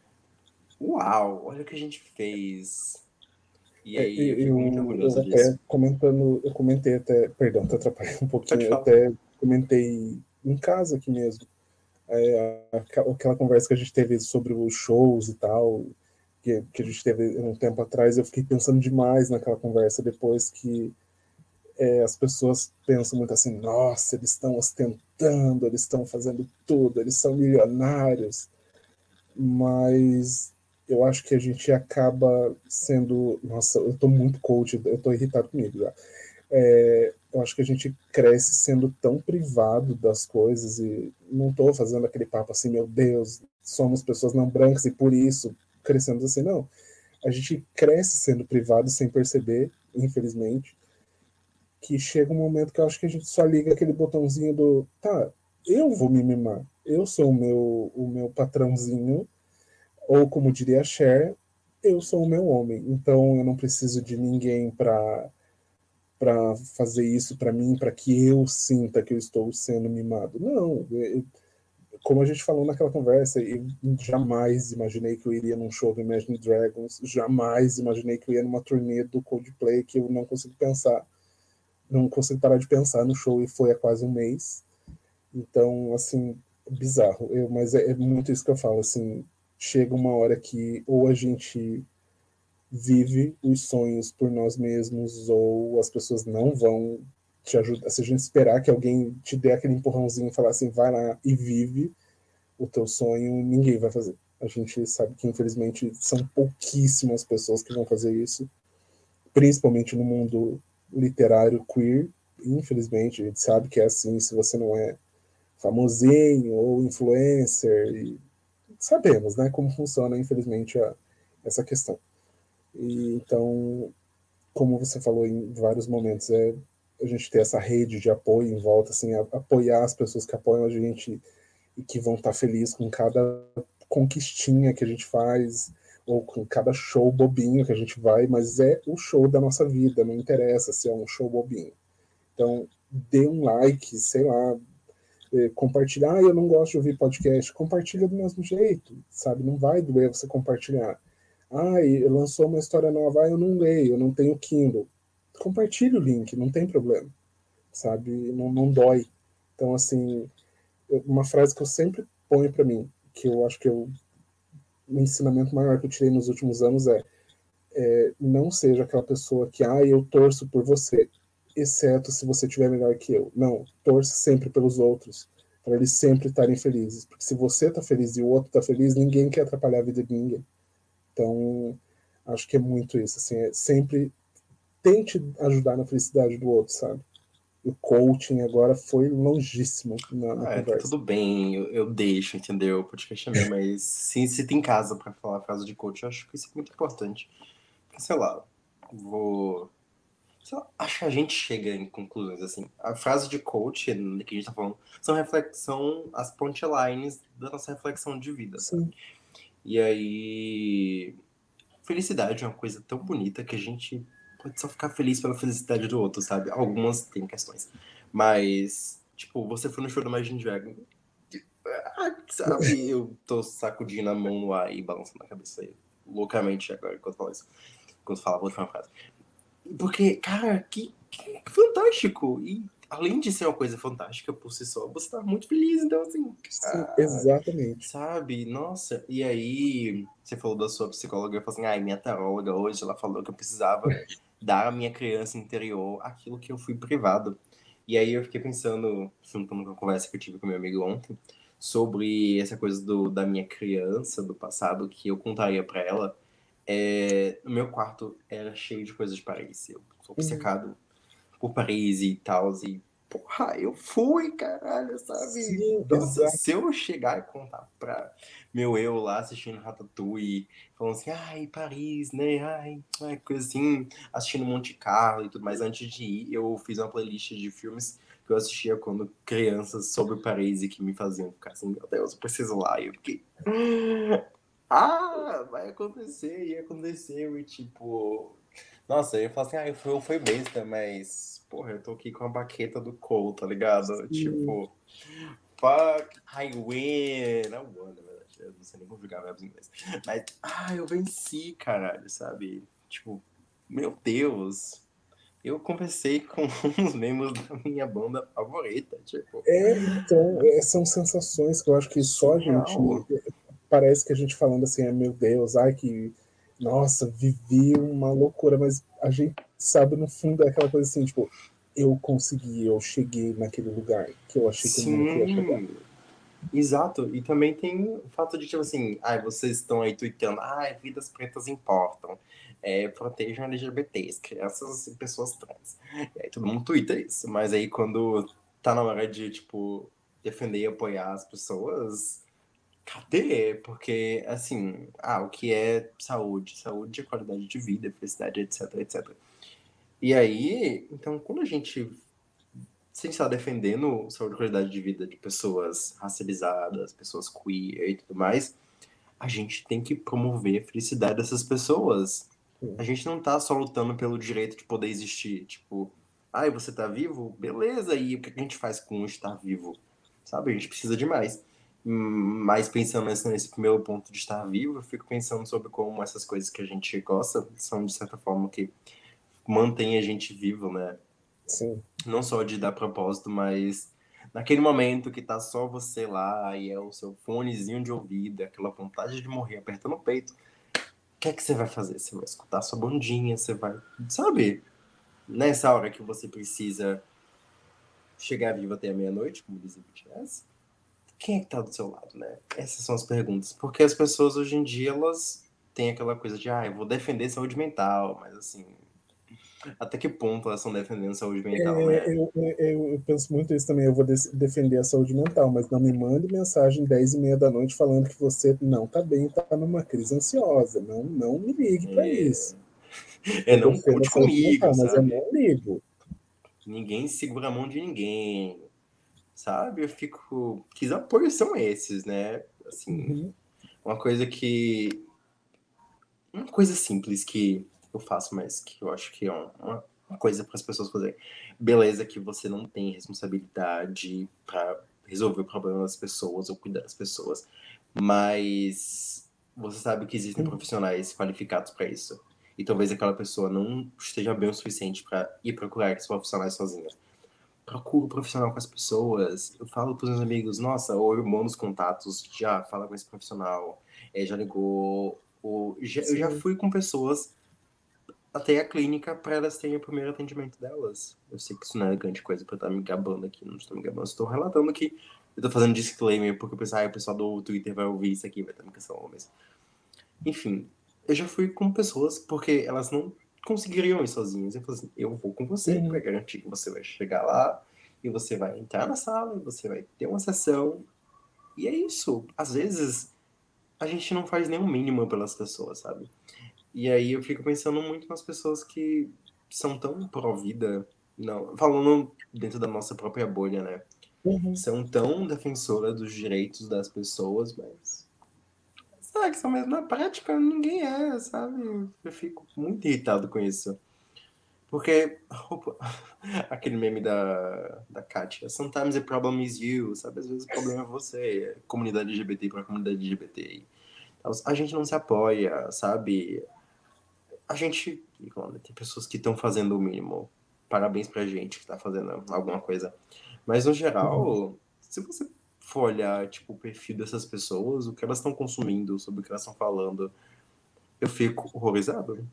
Uau, olha o que a gente fez. E É, aí, eu fico muito eu, eu orgulhoso até disso. comentando, eu comentei até, perdão, te atrapalhei um pouquinho, Pode eu falar. até comentei em casa aqui mesmo, é, aquela conversa que a gente teve sobre os shows e tal, que, que a gente teve um tempo atrás, eu fiquei pensando demais naquela conversa depois que é, as pessoas pensam muito assim, nossa, eles estão ostentando, eles estão fazendo tudo, eles são milionários, mas eu acho que a gente acaba sendo, nossa, eu tô muito coach, eu tô irritado comigo já. É, eu acho que a gente cresce sendo tão privado das coisas e não estou fazendo aquele papo assim, meu Deus, somos pessoas não brancas e por isso crescemos assim, não. A gente cresce sendo privado sem perceber, infelizmente, que chega um momento que eu acho que a gente só liga aquele botãozinho do, tá, eu vou me mimar, eu sou o meu, o meu patrãozinho, ou como diria a Cher, eu sou o meu homem, então eu não preciso de ninguém para para fazer isso para mim, para que eu sinta que eu estou sendo mimado. Não, eu, como a gente falou naquela conversa, eu jamais imaginei que eu iria num show do Imagine Dragons, jamais imaginei que eu ia numa turnê do Coldplay, que eu não consigo pensar, não consigo parar de pensar no show e foi há quase um mês. Então, assim, bizarro. Eu, mas é, é muito isso que eu falo, assim, chega uma hora que ou a gente vive os sonhos por nós mesmos ou as pessoas não vão te ajudar. Se a gente esperar que alguém te dê aquele empurrãozinho e falar assim, vai lá e vive o teu sonho, ninguém vai fazer. A gente sabe que, infelizmente, são pouquíssimas pessoas que vão fazer isso, principalmente no mundo literário queer. Infelizmente, a gente sabe que é assim, se você não é famosinho ou influencer, e sabemos, né, como funciona, infelizmente, a, essa questão. E, então, como você falou em vários momentos, é a gente ter essa rede de apoio em volta, assim, a, apoiar as pessoas que apoiam a gente e que vão estar felizes com cada conquistinha que a gente faz, ou com cada show bobinho que a gente vai, mas é o show da nossa vida, não interessa se é um show bobinho. Então, dê um like, sei lá, é, compartilhar. Ah, eu não gosto de ouvir podcast. Compartilha do mesmo jeito, sabe? Não vai doer você compartilhar. Ah, lançou uma história nova. Ah, eu não leio, eu não tenho Kindle. Compartilha o link, não tem problema, sabe? Não, não dói. Então, assim, uma frase que eu sempre ponho para mim, que eu acho que eu, o ensinamento maior que eu tirei nos últimos anos é, é não seja aquela pessoa que, ah, eu torço por você, exceto se você tiver melhor que eu. Não, torça sempre pelos outros, para eles sempre estarem felizes. Porque se você está feliz e o outro está feliz, ninguém quer atrapalhar a vida de ninguém. Então, acho que é muito isso. Assim, é sempre tente ajudar na felicidade do outro, sabe? O coaching agora foi longíssimo na, na Ah, tá conversa. tudo bem, eu, eu deixo, entendeu? O podcast é meu, mas se, se tem casa pra falar a frase de coach, eu acho que isso é muito importante. Porque, sei lá, vou. Sei lá, acho que a gente chega em conclusões assim. A frase de coach que a gente tá falando são reflexão, as punchlines da nossa reflexão de vida, sabe? Sim, E aí. Felicidade é uma coisa tão bonita que a gente pode só ficar feliz pela felicidade do outro, sabe? Algumas tem questões. Mas, tipo, você foi no show do Imagine Dragon. Ah, sabe, eu tô sacudindo a mão no ar e balançando a cabeça aí, loucamente agora enquanto falo isso. Enquanto falava a última frase. Porque, cara, que, que fantástico! E além de ser uma coisa fantástica por si só, você tá muito feliz, então assim, sim, ah, exatamente. sabe? Nossa, e aí você falou da sua psicóloga, eu falei assim, ai, minha taróloga hoje, ela falou que eu precisava dar à minha criança interior aquilo que eu fui privado. E aí eu fiquei pensando, juntando com a conversa que eu tive com meu amigo ontem, sobre essa coisa do, da minha criança, do passado, que eu contaria pra ela. É, o meu quarto era cheio de coisas de Paris. Eu sou Uhum. obcecado por Paris e tal. E, porra, eu fui, caralho, sabe? Sim, Nossa, exato. se eu chegar e contar pra meu eu lá assistindo Ratatouille, falando assim, ai, Paris, né? Ai, ai, coisa assim, assistindo Monte Carlo e tudo mais. Antes de ir, eu fiz uma playlist de filmes que eu assistia quando crianças sobre Paris e que me faziam ficar assim, meu Deus, eu preciso lá. E eu fiquei. Ah, vai acontecer, e aconteceu, e tipo. Nossa, eu ia falar assim, ah, foi, foi besta, mas. Porra, eu tô aqui com a baqueta do Cole, tá ligado? Sim, Tipo, fuck, I win. I won, na verdade. Eu não sei nem conjugar verbos em inglês. Mas, ah, eu venci, caralho, sabe? Tipo, meu Deus. Eu conversei com uns membros da minha banda favorita, tipo, É, então, é, são sensações que eu acho que só a gente. surreal. Parece que a gente falando assim, ah, meu Deus, ai que. Nossa, vivi uma loucura, mas a gente sabe no fundo é aquela coisa assim, tipo, eu consegui, eu cheguei naquele lugar que eu achei que eu nunca ia chegar. Sim, exato. E também tem o fato de, tipo assim, ai, vocês estão aí tweetando, ai, vidas pretas importam. É, protejam L G B T s, crianças e pessoas trans. E aí todo mundo twitta isso. Mas aí quando tá na hora de, tipo, defender e apoiar as pessoas, cadê? Porque, assim, ah, o que é saúde? Saúde é qualidade de vida, felicidade, etc, etcétera. E aí, então, quando a gente se a gente está defendendo saúde e qualidade de vida de pessoas racializadas, pessoas queer e tudo mais, a gente tem que promover a felicidade dessas pessoas. A gente não tá só lutando pelo direito de poder existir. Tipo, ai, você tá vivo? Beleza, e o que a gente faz com estar vivo? Sabe? A gente precisa de mais. Mas pensando nesse, nesse primeiro ponto de estar vivo, eu fico pensando sobre como essas coisas que a gente gosta são, de certa forma, que mantêm a gente vivo, né? Sim. Não só de dar propósito, mas naquele momento que tá só você lá e é o seu fonezinho de ouvido, é aquela vontade de morrer apertando o peito, o que é que você vai fazer? Você vai escutar sua bundinha, você vai. Sabe? Nessa hora que você precisa chegar vivo até a meia-noite, como diz o B T S, quem é que tá do seu lado, né? Essas são as perguntas. Porque as pessoas hoje em dia, elas têm aquela coisa de, ah, eu vou defender saúde mental, mas assim, até que ponto elas estão defendendo saúde mental, É, né? eu, eu, eu penso muito isso também. Eu vou de- defender a saúde mental, mas não me mande mensagem dez e meia da noite falando que você não está bem, está numa crise ansiosa. Não, não me ligue para isso. É, Eu não defendo a conte saúde comigo, mental, mas eu sabe? não ligo. Ninguém segura a mão de ninguém, sabe? Eu fico. Que apoios são esses, né? Assim, Uhum, uma coisa que. Uma coisa simples que eu faço, mas que eu acho que é uma, uma coisa para as pessoas fazerem. Beleza, que você não tem responsabilidade para resolver o problema das pessoas ou cuidar das pessoas, mas você sabe que existem uhum, profissionais qualificados para isso. E talvez aquela pessoa não esteja bem o suficiente para ir procurar esses profissionais sozinha. Procuro profissional com as pessoas. Eu falo pros meus amigos, nossa, ou eu mando os contatos, já fala com esse profissional, é, já ligou. Ou, já, eu já sim. fui com pessoas até a clínica para elas terem o primeiro atendimento delas. Eu sei que isso não é grande coisa para estar me gabando aqui, não estou me gabando, estou relatando que eu tô fazendo disclaimer, porque eu pensei, ah, o pessoal do Twitter vai ouvir isso aqui, vai estar me cancelando mesmo. Enfim, eu já fui com pessoas porque elas não conseguiriam ir sozinhas. Eu falei assim, eu vou com você para Uhum. garantir que você vai chegar lá e você vai entrar na sala, e você vai ter uma sessão. E é isso. Às vezes a gente não faz nem o mínimo pelas pessoas, sabe? E aí eu fico pensando muito nas pessoas que são tão pró-vida, não, falando dentro da nossa própria bolha, né? Uhum. São tão defensoras dos direitos das pessoas, mas será que são mesmo na prática? Ninguém é, sabe? Eu fico muito irritado com isso. Porque, opa, aquele meme da, da Katia, sometimes the problem is you, sabe? Às vezes o problema é você, comunidade L G B T para comunidade L G B T. A gente não se apoia, sabe? A gente, tem pessoas que estão fazendo o mínimo. Parabéns pra gente que tá fazendo alguma coisa. Mas, no Uhum. geral, se você for olhar, tipo, o perfil dessas pessoas, o que elas estão consumindo, sobre o que elas estão falando, eu fico horrorizado.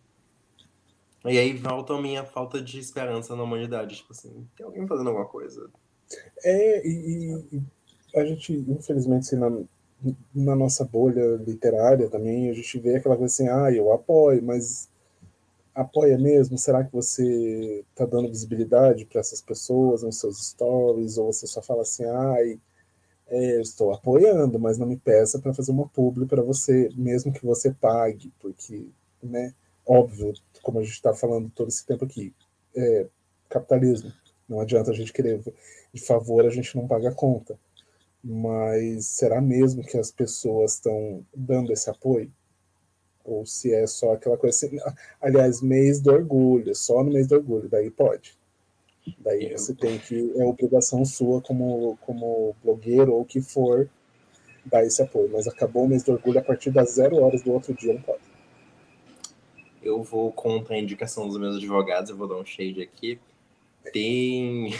E aí volta a minha falta de esperança na humanidade. Tipo assim, tem alguém fazendo alguma coisa, É, e, e a gente, infelizmente, assim, na, na nossa bolha literária também, a gente vê aquela coisa assim, ah, eu apoio, mas apoia mesmo? Será que você está dando visibilidade para essas pessoas nos seus stories? Ou você só fala assim, ai, é, eu estou apoiando, mas não me peça para fazer uma publi para você, mesmo que você pague, porque, né, óbvio, como a gente está falando todo esse tempo aqui, é, capitalismo, não adianta a gente querer de favor, a gente não paga a conta. Mas será mesmo que as pessoas estão dando esse apoio? Ou se é só aquela coisa assim. Aliás, mês do orgulho, só no mês do orgulho, daí pode. Daí eu, você tem que. É obrigação sua como, como blogueiro ou o que for dar esse apoio. Mas acabou o mês do orgulho, a partir das zero horas do outro dia, não pode. Eu vou contra a indicação dos meus advogados, eu vou dar um shade aqui. Tem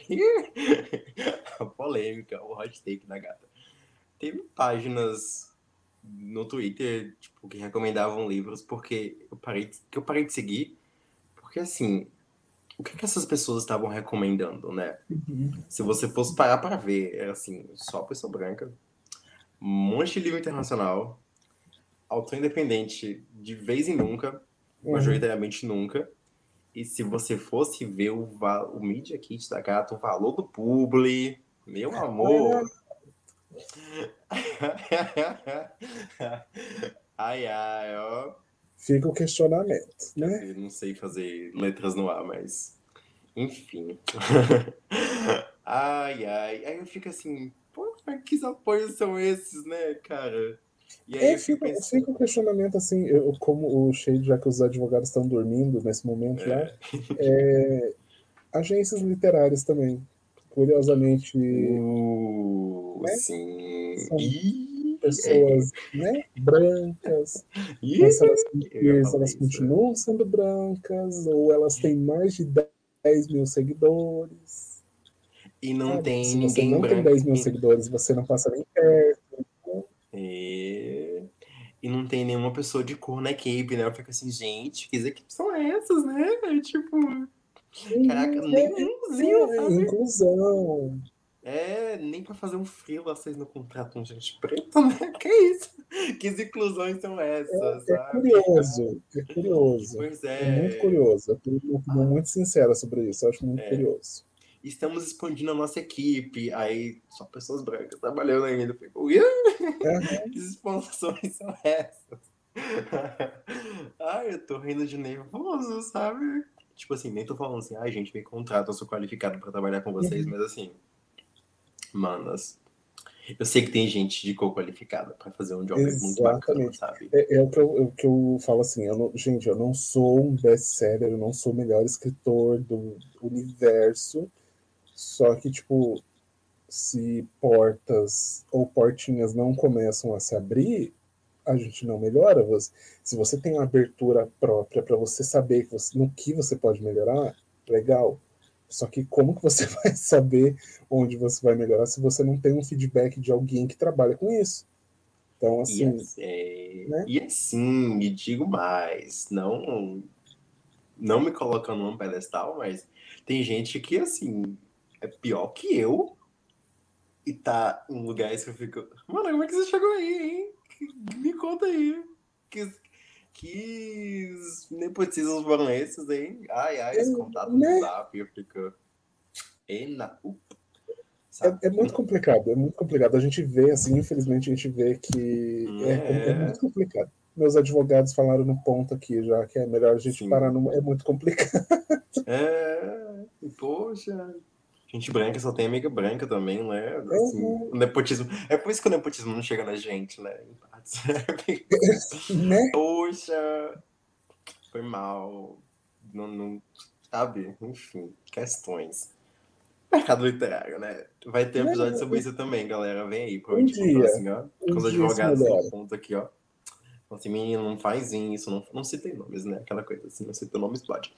a polêmica, o hot take da gata. Teve páginas no Twitter, tipo, que recomendavam livros porque eu parei, de- que eu parei de seguir, porque assim, o que que essas pessoas estavam recomendando, né? Se você fosse parar para ver, era assim, só pessoa branca, um monte de livro internacional, autor independente de vez em nunca, Uhum. majoritariamente nunca. E se você fosse ver o, va- o Media Kit da gata, o valor do publi, meu Ah, amor. Ai, ai, ó. fica o questionamento, Quer né? dizer, não sei fazer letras no ar, mas. Enfim. Ai, ai. Aí eu fico assim, pô, mas que apoios são esses, né, cara? E aí É, eu fico fica, pensando. fica o questionamento assim, eu, como o Shade, já que os advogados estão dormindo nesse momento já, É, é, agências literárias também, curiosamente, uh, né, sim. são Ih, é, pessoas, né, brancas, ih, mas se elas, eu ia se falar elas isso. continuam sendo brancas, ou elas têm mais de dez mil seguidores, E não sabe? tem Se você ninguém não tem branco. dez mil seguidores, você não passa nem perto. E... e não tem nenhuma pessoa de cor na equipe, né? Eu fico assim, gente, que equipes são essas, né? É, tipo, caraca, Uhum, é, nenhumzinho, é, sabe? inclusão. É, nem pra fazer um freela vocês não contratam gente preta, né? Que isso? Que inclusões são essas, É sabe? curioso, é curioso. Pois É muito é. curioso. Eu tenho uma opinião Ah, muito sincera sobre isso. Eu acho muito curioso. estamos expandindo a nossa equipe, aí só pessoas brancas trabalhando ainda. Eu fico, "Ih, É, que expansões são essas? Ai, eu tô rindo de nervoso, sabe? Tipo assim, nem tô falando assim, ai, gente, me contrata, eu sou qualificado pra trabalhar com vocês, uhum, mas assim, manas, eu sei que tem gente de cor qualificada pra fazer um job muito bacana, exatamente. sabe? É, é o, que eu, é o que eu falo assim, eu não- gente, eu não sou um best-seller, eu não sou o melhor escritor do universo, só que, tipo, se portas ou portinhas não começam a se abrir, a gente não melhora. Você, se você tem uma abertura própria para você saber que você, no que você pode melhorar, legal. Só que como que você vai saber onde você vai melhorar se você não tem um feedback de alguém que trabalha com isso? Então, E, assim, assim, é... né? e assim, me digo mais, não, não me colocando num pedestal, mas tem gente que, assim, é pior que eu e tá em lugares que eu fico, mano, como é que você chegou aí, hein? Me conta aí. Que, que nepotismos foram esses, hein? Ai, ai, É, esse contato no né? zap, eu fico. Ena, up, É, é sabe? muito complicado, é muito complicado. A gente vê, assim, infelizmente, a gente vê que é, com- é É, muito complicado. Meus advogados falaram no ponto aqui já que é melhor a gente parar sim. no. É muito complicado. É, poxa. Gente branca só tem amiga branca também, né? Assim, Uhum, o nepotismo. É por isso que o nepotismo não chega na gente, né? Em partes. Fico assim, né? poxa, foi mal. Não, não, sabe? Enfim, questões. Mercado literário, né? Vai ter um Né? episódio sobre isso também, galera. Vem aí. Um Provavelmente eu vou falar dia, assim, ó. Com um os dia isso advogados em melhora. ponto aqui, ó. Falam assim, menino, não faz isso. Não, não citei nomes, né? Aquela coisa assim, não citei nomes, pode.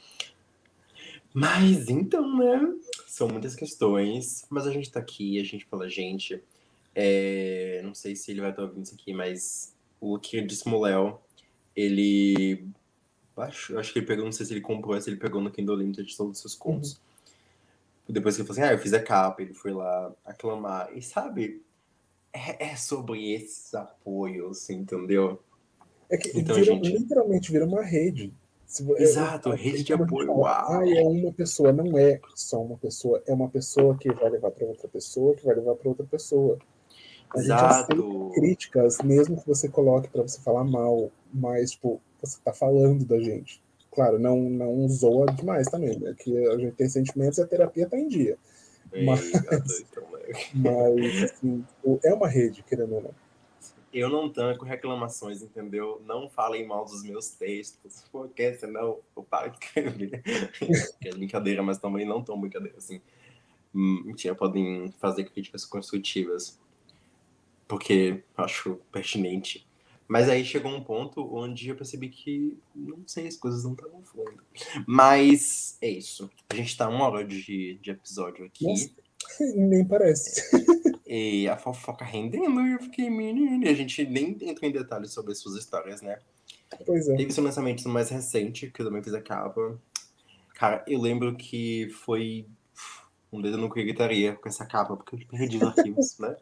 Mas então, né? São muitas questões. Mas a gente tá aqui, a gente fala, gente. É, não sei se ele vai estar ouvindo isso aqui, mas o queridíssimo Léo, ele. Acho, acho que ele pegou, não sei se ele comprou, se ele pegou no Kindle Limited todos os seus Uhum. contos. Depois que ele falou assim, ah, eu fiz a capa, ele foi lá aclamar. E sabe, é, é sobre esses apoios, entendeu? É que Então, vira, gente, literalmente vira uma rede. Se, vo- é, exato, rede é, de como a gente apoio, fala, ah, é uau! uma pessoa, não é só uma pessoa, é uma pessoa que vai levar para outra pessoa, que vai levar para outra pessoa. A gente aceita Exato, críticas, mesmo que você coloque para você falar mal, mas, tipo, você tá falando da gente. Claro, não, não zoa demais também, né? Que a gente tem sentimentos e a terapia tá em dia. Mas, ei, gata, então, né? mas assim, tipo, é uma rede, querendo ou não. Eu não tanco reclamações, entendeu? Não falem mal dos meus textos, porque senão eu paro de escrever. Que é brincadeira, mas também não tão brincadeira assim. Hum, Mentira, podem fazer críticas construtivas. porque eu acho pertinente. Mas aí chegou um ponto onde eu percebi que, não sei, as coisas não estavam fluindo. Mas é isso. A gente tá uma hora de, de episódio Nossa, aqui. nem parece. E a fofoca rendendo, e eu fiquei, menino. E a gente nem entrou em detalhes sobre as suas histórias, né? Pois é. Teve seu lançamento mais recente, que eu também fiz a capa. Cara, eu lembro que foi um dedo no cu e gritaria com essa capa, porque eu perdi os arquivos, né?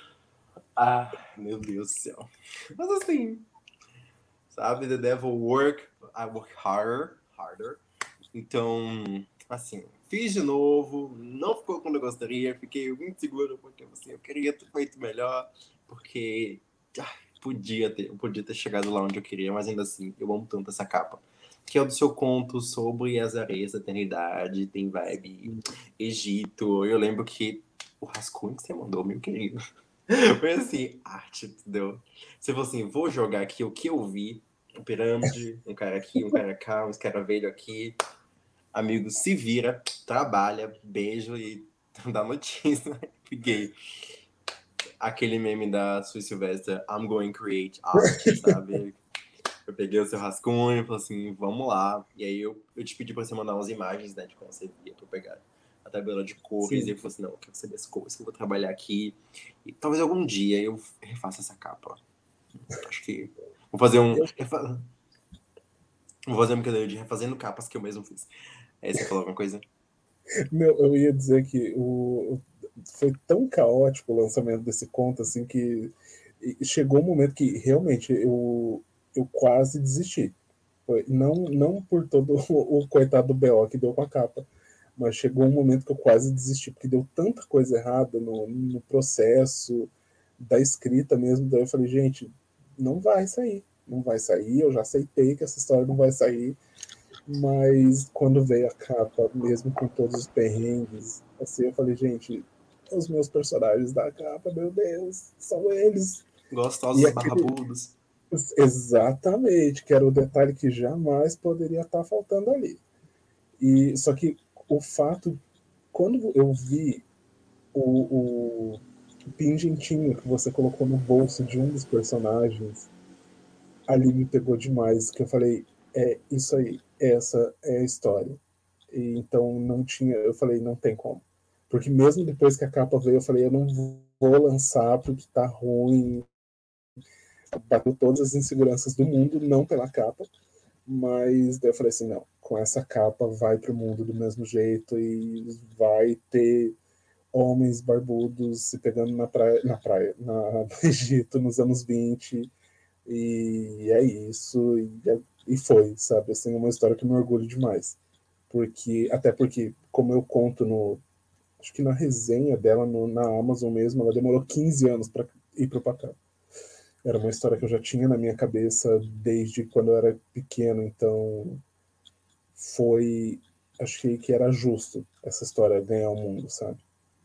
Ah, meu Deus do céu. Mas assim, sabe? The devil work, I work harder, harder. Então, assim, fiz de novo, não ficou como eu gostaria, fiquei muito seguro, porque assim, eu queria ter feito melhor, porque ah, podia ter, eu podia ter chegado lá onde eu queria, mas ainda assim, eu amo tanto essa capa. Que é o do seu conto sobre as areias da eternidade, tem vibe Egito. Eu lembro que o rascunho que você mandou, meu querido, foi assim, arte, entendeu? Você falou assim, vou jogar aqui o que eu vi, um pirâmide, um cara aqui, um cara cá, um escaravelho aqui. Amigo, se vira, trabalha, beijo e dá notícia. Fiquei aquele meme da Sui Sylvester, I'm going to create art, sabe? Eu peguei o seu rascunho e falei assim, vamos lá. E aí eu, eu te pedi pra você mandar umas imagens, né, de como você via, pra eu pegar a tabela de cores. Sim. E eu falei assim, não, eu quero saber as cores que eu vou trabalhar aqui. E talvez algum dia eu refaça essa capa. Acho que vou fazer um... Eu, refa- Vou fazer uma brincadeira de refazendo capas que eu mesmo fiz. Aí você falou alguma coisa? meu, eu ia dizer que o, foi tão caótico o lançamento desse conto, assim, que chegou um momento que realmente eu, eu quase desisti. Foi, não, não por todo o, o coitado do B O que deu com a capa, mas chegou um momento que eu quase desisti, porque deu tanta coisa errada no, no processo da escrita mesmo. Daí eu falei, gente, não vai sair, não vai sair. Eu já aceitei que essa história não vai sair, mas quando veio a capa, mesmo com todos os perrengues, assim, eu falei, gente, os meus personagens da capa, meu Deus, são eles. E Gostosos aquele, barbudos. exatamente, que era o detalhe que jamais poderia estar faltando ali. E só que o fato, quando eu vi o, o pingentinho que você colocou no bolso de um dos personagens, ali me pegou demais, que eu falei, é isso aí, essa é a história. E então não tinha, eu falei, não tem como. Porque mesmo depois que a capa veio, eu falei, eu não vou lançar porque tá ruim, bateu todas as inseguranças do mundo, não pela capa, mas daí eu falei assim, não, com essa capa vai pro mundo do mesmo jeito e vai ter homens barbudos se pegando na praia, na praia, na, no Egito nos anos vinte, e é isso, e, é, e foi, sabe, assim, uma história que me orgulho demais, porque, até porque, como eu conto no, acho que na resenha dela no, na Amazon mesmo, ela demorou quinze anos para ir pro papel. Era uma história que eu já tinha na minha cabeça desde quando eu era pequeno, então foi, achei que era justo essa história ganhar o mundo, sabe?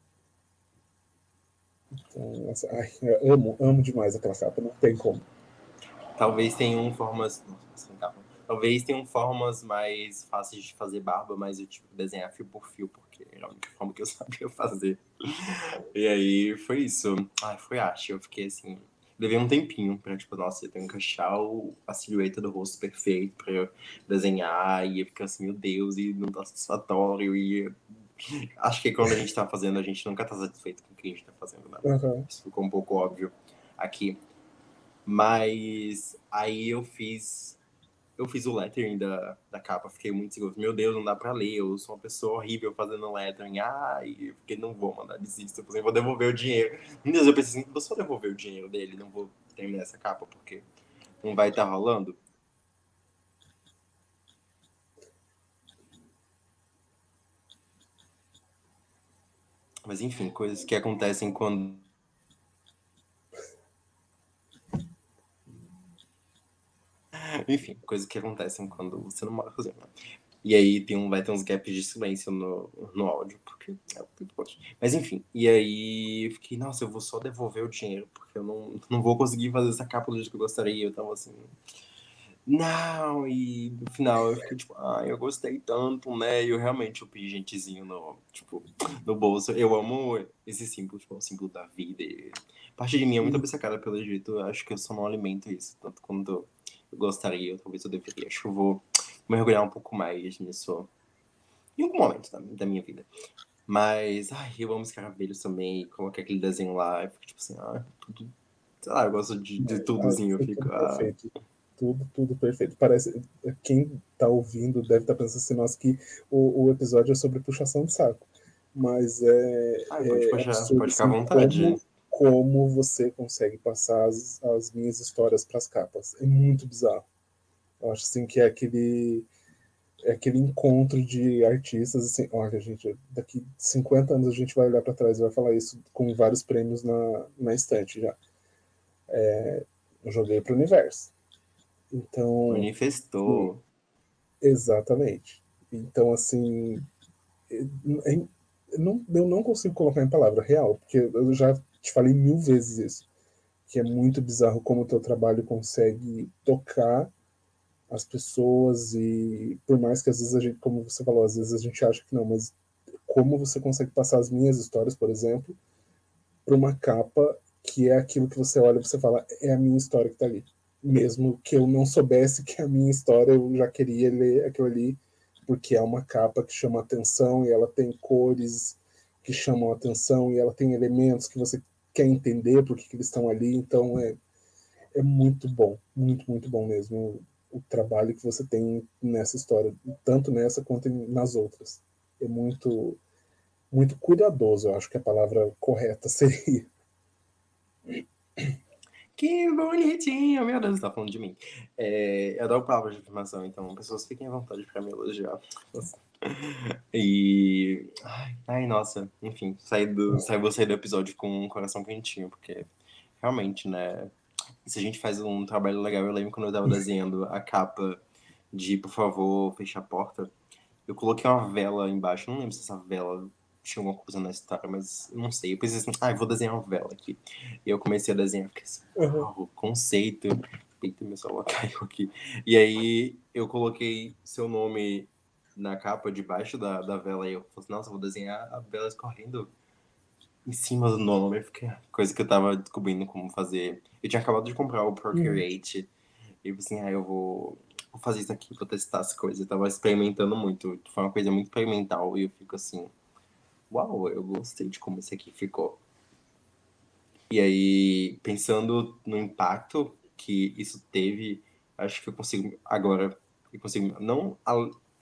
Então, essa, ai, eu amo, amo demais aquela capa, não tem como. Talvez tenham formas. Nossa, calma. Talvez tenham formas mais fáceis de fazer barba, mas eu tive que desenhar fio por fio, porque era a única forma que eu sabia fazer. E aí foi isso. Ai, foi arte. Eu fiquei assim. Levei um tempinho pra, tipo, nossa, eu tenho que achar o, a silhueta do rosto perfeito pra eu desenhar. E eu fiquei assim, meu Deus, e não tá satisfatório. E acho que quando a gente tá fazendo, a gente nunca tá satisfeito com o que a gente tá fazendo, né? Uhum. Isso ficou um pouco óbvio aqui. Mas aí eu fiz. Eu fiz o lettering da, da capa, fiquei muito seguro. Meu Deus, não dá pra ler, eu sou uma pessoa horrível fazendo lettering. Ai, eu fiquei, não vou mandar, desisto. Eu falei, vou devolver o dinheiro. Meu Deus, eu pensei assim, vou só devolver o dinheiro dele, não vou terminar essa capa, porque não vai estar rolando. Mas enfim, coisas que acontecem quando. Enfim, coisas que acontecem quando você não mora sozinho, né? E aí tem um, vai ter uns gaps de silêncio no, no áudio, porque é o que pode. Mas enfim, e aí eu fiquei, nossa, eu vou só devolver o dinheiro, porque eu não, não vou conseguir fazer essa capa do jeito que eu gostaria. Eu tava assim. Não, e no final eu fiquei tipo, ai, eu gostei tanto, né? E eu realmente o pingentezinho no, tipo, no bolso. Eu amo esse símbolo, tipo, é o símbolo da vida. E parte de mim é muito E, obcecada pelo Egito. Eu acho que eu só não alimento isso, tanto quanto eu gostaria, ou talvez eu deveria. Acho que eu vou mergulhar um pouco mais nisso em algum momento da, da minha vida. Mas, ai, eu amo escaravelhos também. Coloquei aquele desenho lá, eu fico tipo assim, ah, tudo. Sei lá, eu gosto de, de ah, tudozinho. Eu foi fico, tudo ah, perfeito. Tudo, tudo perfeito. Parece. Quem tá ouvindo deve estar pensando assim, nossa, que o, o episódio é sobre puxação de saco. Mas é, ai, pode é puxar, absurdo pode ficar à assim, como, vontade. como você consegue passar as, as minhas histórias para as capas. É muito bizarro. Eu acho assim que é aquele, é aquele encontro de artistas assim, olha, gente, daqui cinquenta anos a gente vai olhar para trás e vai falar isso com vários prêmios na, na estante já. Eu joguei para o universo. Então, e- Manifestou. exatamente. Então, assim, é- é- não, eu não consigo colocar em palavra real, porque eu já te falei mil vezes isso, que é muito bizarro como o teu trabalho consegue tocar as pessoas e por mais que às vezes a gente, como você falou, às vezes a gente acha que não, mas como você consegue passar as minhas histórias, por exemplo, para uma capa que é aquilo que você olha e você fala, é a minha história que está ali. Mesmo que eu não soubesse que é a minha história, eu já queria ler aquilo ali, porque é uma capa que chama atenção e ela tem cores que chamam atenção e ela tem elementos que você quer entender porque que eles estão ali. Então é, é muito bom, muito, muito bom mesmo o, o trabalho que você tem nessa história, tanto nessa quanto nas outras. É muito, muito cuidadoso, eu acho que a palavra correta seria. Que bonitinho, meu Deus, você tá falando de mim. É, eu adoro palavras de afirmação, então pessoas fiquem à vontade pra me elogiar. E. Ai, ai, nossa, enfim, saí do, saí, vou sair do episódio com um coração quentinho, porque realmente, né? Se a gente faz um trabalho legal, eu lembro quando eu tava desenhando a capa de Por favor, feche a porta. Eu coloquei uma vela embaixo, não lembro se essa vela tinha alguma coisa na história, mas não sei. Eu pensei assim, ah, eu vou desenhar uma vela aqui. E eu comecei a desenhar, fiquei assim, Uhum. uau, conceito. Eita, meu celular caiu aqui. E aí eu coloquei seu nome na capa debaixo da, da vela e eu falei assim, nossa, eu vou desenhar a vela escorrendo em cima do nome. Fiquei, coisa que eu tava descobrindo como fazer. Eu tinha acabado de comprar o Uhum. Procreate e eu assim, ah, eu vou, vou fazer isso aqui, vou testar as coisas. Eu tava experimentando muito. Foi uma coisa muito experimental. E eu fico assim, uau, eu gostei de como isso aqui ficou. E aí, pensando no impacto que isso teve, acho que eu consigo agora. Eu consigo. Não a-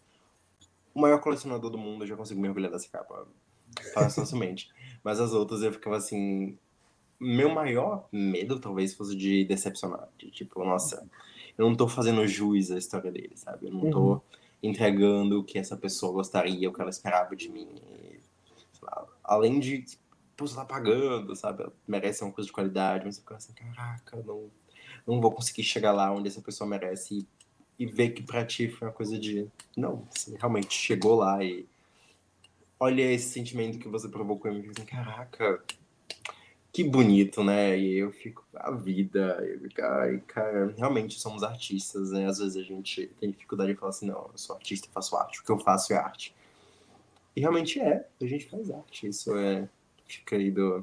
o maior colecionador do mundo, eu já consigo mergulhar dessa capa facilmente. Mas as outras eu ficava assim. Meu maior medo talvez fosse de decepcionar. De tipo, nossa, eu não tô fazendo jus à história dele, sabe? Eu não Uhum. tô entregando o que essa pessoa gostaria, o que ela esperava de mim. E, sei lá, além de, pô, você tá pagando, sabe? Ela merece uma coisa de qualidade, mas eu fico assim, caraca, não, não vou conseguir chegar lá onde essa pessoa merece. E, e ver que pra ti foi uma coisa de, não, você realmente chegou lá e olha esse sentimento que você provocou em mim. Assim, caraca, que bonito, né? E eu fico, a vida, eu fico, ai, cara, realmente somos artistas, né? Às vezes a gente tem dificuldade de falar assim, não, eu sou artista e faço arte, o que eu faço é arte. E realmente é, a gente faz arte, isso é, fica aí do,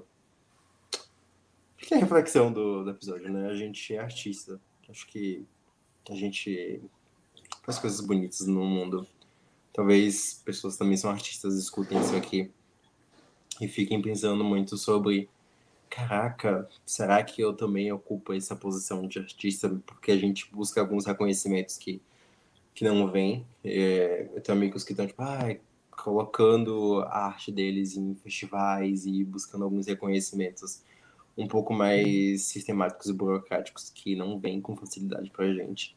fica a reflexão do, do episódio, né? A gente é artista, acho que a gente faz coisas bonitas no mundo. Talvez pessoas também são artistas, escutem isso aqui e fiquem pensando muito sobre caraca, será que eu também ocupo essa posição de artista? Porque a gente busca alguns reconhecimentos que, que não vêm. É, eu tenho amigos que estão, tipo, ah, colocando a arte deles em festivais e buscando alguns reconhecimentos um pouco mais sistemáticos e burocráticos que não vêm com facilidade pra gente.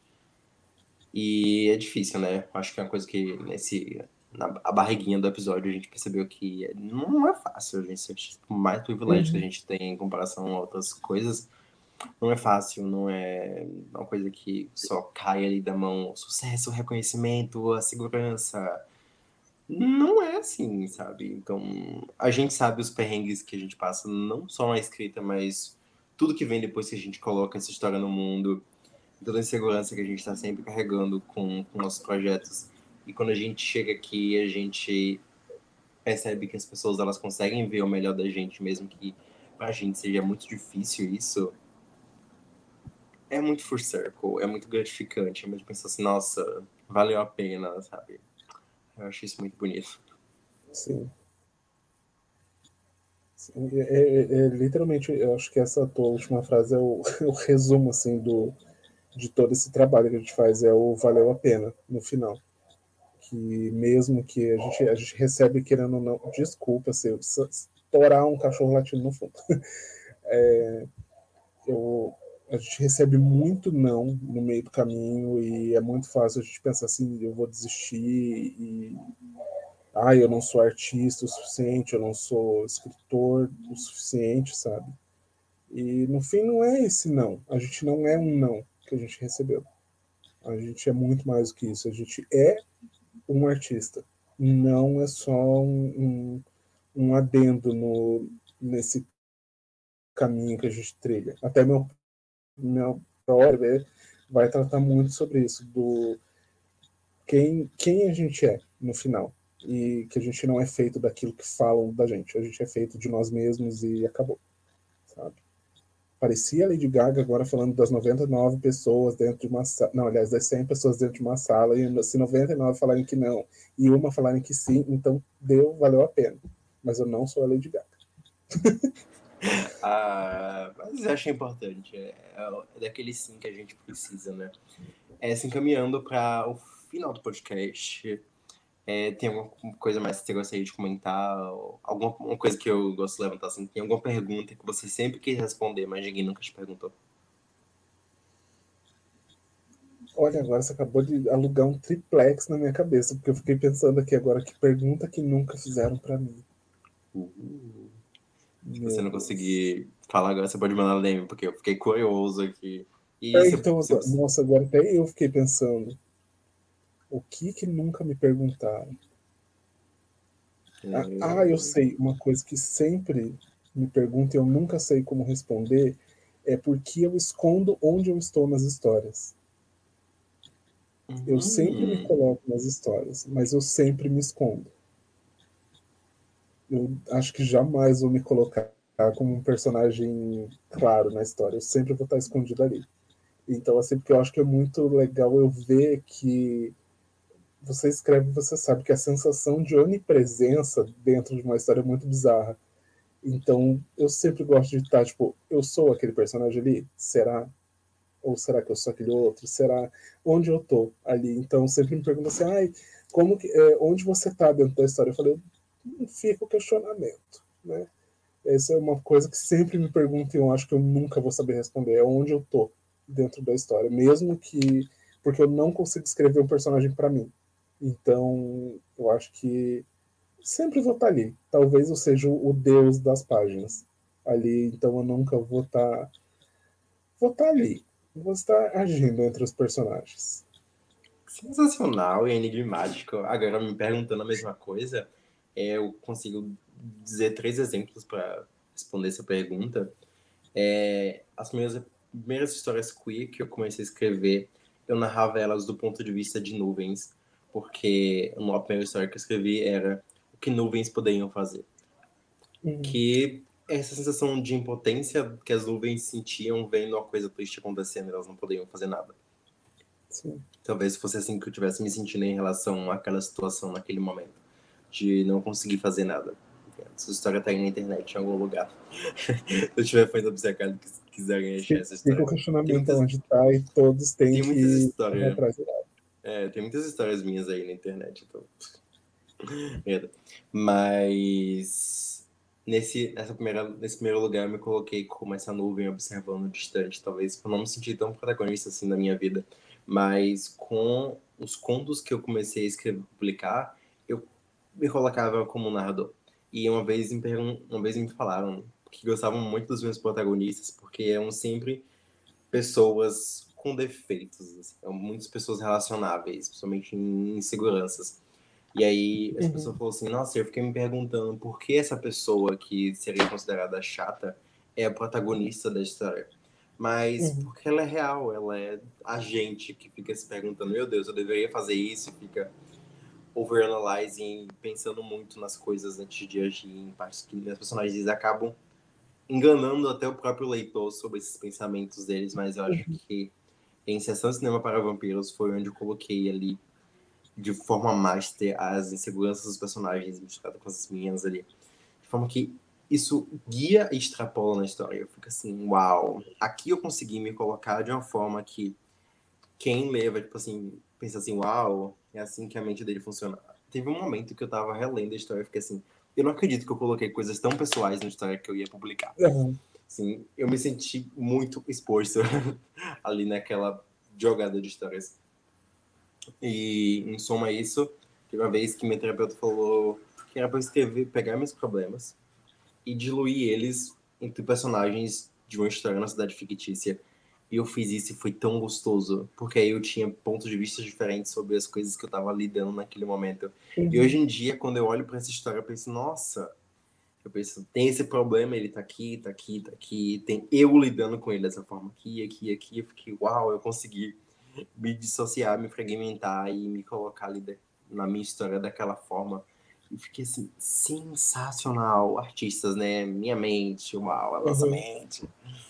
E é difícil, né? Acho que é uma coisa que nesse na a barriguinha do episódio a gente percebeu que não é fácil a gente ser por mais privilégio que a Uhum. gente tem em comparação a outras coisas. Não é fácil, não é uma coisa que só cai ali da mão, o sucesso, o reconhecimento, a segurança. Não é assim, sabe? Então, a gente sabe os perrengues que a gente passa, não só na escrita, mas tudo que vem depois que a gente coloca essa história no mundo. toda a insegurança que a gente está sempre carregando com, com nossos projetos. E quando a gente chega aqui, a gente percebe que as pessoas elas conseguem ver o melhor da gente, mesmo que pra gente seja muito difícil isso. É muito full circle, é muito gratificante. Mas pensar assim, nossa, valeu a pena, sabe? Eu acho isso muito bonito. Sim. Sim, é, é- é- literalmente, eu acho que essa tua última frase é o, o resumo assim do, de todo esse trabalho que a gente faz, é o valeu a pena no final. Que mesmo que a gente, a gente recebe querendo ou não, desculpa se eu estourar um cachorro latindo no fundo. Eu, a gente recebe muito não no meio do caminho e é muito fácil a gente pensar assim, eu vou desistir e ah, eu não sou artista o suficiente, eu não sou escritor o suficiente, sabe? E no fim não é esse não. A gente não é um não que a gente recebeu. A gente é muito mais do que isso. A gente é um artista. Não é só um, um, um adendo no, nesse caminho que a gente trilha. Até meu, meu próprio vai tratar muito sobre isso, do quem, quem a gente é no final. E que a gente não é feito daquilo que falam da gente. A gente é feito de nós mesmos e acabou, sabe? Parecia a Lady Gaga agora falando das noventa e nove pessoas dentro de uma sala. Não, aliás, das cem pessoas dentro de uma sala, e se noventa e nove falarem que não e uma falarem que sim, então deu, valeu a pena. Mas eu não sou a Lady Gaga. Ah, mas eu acho importante. É, é daquele sim que a gente precisa, né? É, se encaminhando para o final do podcast. É, tem alguma coisa mais que você gostaria de comentar? Alguma uma coisa que eu gosto de levantar assim? Tem alguma pergunta que você sempre quis responder, mas ninguém nunca te perguntou? Olha, agora você acabou de alugar um triplex na minha cabeça, porque eu fiquei pensando aqui agora que pergunta que nunca fizeram para mim. Uh, se você Meu não Deus. conseguir falar agora, você pode mandar no D M, porque eu fiquei curioso aqui. E É, se, então, se agora, você. nossa, agora até eu fiquei pensando. O que que nunca me perguntaram? Ah, ah, eu É, sei, uma coisa que sempre me perguntam e eu nunca sei como responder é por que eu escondo onde eu estou nas histórias. Eu sempre me hum, coloco nas histórias, mas eu sempre me escondo. Eu acho que jamais vou me colocar como um personagem claro na história. Eu sempre vou estar escondido ali. Então, assim, porque eu acho que é muito legal eu ver que você escreve e você sabe que a sensação de onipresença dentro de uma história é muito bizarra. Então, eu sempre gosto de estar, tipo, eu sou aquele personagem ali? Será? Ou será que eu sou aquele outro? Será? Onde eu tô ali? Então, sempre me perguntam assim, ai, como que, é, onde você tá dentro da história? Eu falei, não fica o questionamento, né? Essa é uma coisa que sempre me perguntam e eu acho que eu nunca vou saber responder, é onde eu tô dentro da história, mesmo que porque eu não consigo escrever um personagem para mim. Então, eu acho que sempre vou estar ali. Talvez eu seja o deus das páginas ali, então eu nunca vou estar vou estar ali. Vou estar agindo entre os personagens. sensacional e enigmático. Agora, me perguntando a mesma coisa, é, eu consigo dizer três exemplos para responder essa pergunta. É, as minhas primeiras histórias queer que eu comecei a escrever, eu narrava elas do ponto de vista de nuvens, porque a primeira história que eu escrevi era o que nuvens poderiam fazer. Uhum. Que é essa sensação de impotência que as nuvens sentiam vendo uma coisa triste acontecendo, elas não poderiam fazer nada. Sim. Talvez fosse assim que eu tivesse me sentindo em relação àquela situação naquele momento, de não conseguir fazer nada. Essa história tá aí na internet, em algum lugar. Se eu estiver fazendo obcecado que quiserem achar essa Fica o história. Tem questionamento muitas, onde está e todos têm tem muitas que correr histórias. atrás dela. É, tem muitas histórias minhas aí na internet, então. Mas nesse, nessa primeira, nesse primeiro lugar eu me coloquei como essa nuvem observando distante, talvez por não me sentir tão protagonista assim na minha vida. Mas com os contos que eu comecei a escrever, publicar, eu me colocava como narrador. E uma vez me, pergun- uma vez me falaram que gostavam muito dos meus protagonistas, porque eram sempre pessoas com defeitos, assim, eram muitas pessoas relacionáveis, principalmente em inseguranças. E aí as pessoas Uhum. falaram assim, nossa, eu fiquei me perguntando por que essa pessoa que seria considerada chata é a protagonista da história. mas Uhum. porque ela é real, ela é a gente que fica se perguntando, meu Deus, eu deveria fazer isso, fica overanalyzing, pensando muito nas coisas antes de agir, em partes que os personagens acabam enganando até o próprio leitor sobre esses pensamentos deles, mas eu acho que em Sessão de Cinema para Vampiros foi onde eu coloquei ali de forma master as inseguranças dos personagens misturadas com as minhas ali, de forma que isso guia e extrapola na história. Eu fico assim, uau, aqui eu consegui me colocar de uma forma que quem lê vai, tipo assim, pensa assim, uau, é assim que a mente dele funciona. Teve um momento que eu tava relendo a história e fiquei assim, eu não acredito que eu coloquei coisas tão pessoais na história que eu ia publicar. Uhum. Assim, eu me senti muito exposto ali naquela jogada de histórias. E, em soma a isso, teve uma vez que minha terapeuta falou que era pra eu escrever, pegar meus problemas e diluir eles entre personagens de uma história na cidade fictícia. E eu fiz isso e foi tão gostoso, porque aí eu tinha pontos de vista diferentes sobre as coisas que eu tava lidando naquele momento. E hoje Uhum. em dia, quando eu olho para essa história, eu penso, nossa, eu penso, tem esse problema, ele tá aqui, tá aqui, tá aqui, tem eu lidando com ele dessa forma aqui, aqui, aqui. Eu fiquei, uau, eu consegui me dissociar, me fragmentar e me colocar ali de, na minha história daquela forma. E fiquei assim, sensacional. Artistas, né? Minha mente, uau, a nossa Uhum. mente.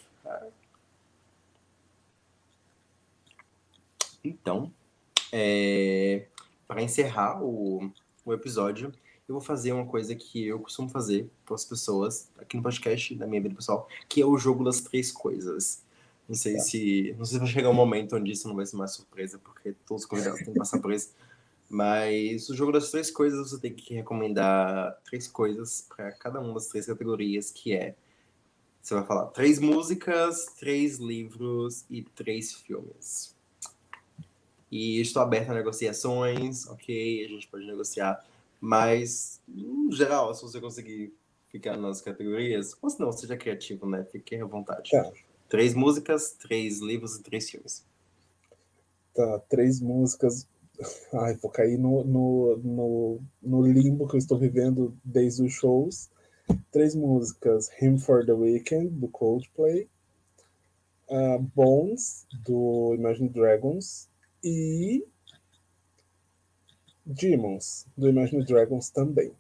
Então, é, para encerrar o, o episódio, eu vou fazer uma coisa que eu costumo fazer para as pessoas aqui no podcast da minha vida pessoal, que é o jogo das três coisas. Não sei Tá. se. Não sei se vai chegar um momento onde isso não vai ser mais surpresa, porque todos os convidados têm que passar por isso. Mas o jogo das três coisas, você tem que recomendar três coisas para cada uma das três categorias, que é, você vai falar três músicas, três livros e três filmes. E estou aberto a negociações, ok, a gente pode negociar, mas, no geral, se você conseguir ficar nas categorias, ou se não, seja criativo, né? Fique à vontade. Tá. Três músicas, três livros e três filmes. Tá. Três músicas. Ai, vou cair no, no, no, no limbo que eu estou vivendo desde os shows. Três músicas: Hymn for the Weekend, do Coldplay, uh, Bones, do Imagine Dragons, e Demons, do Imagine Dragons também.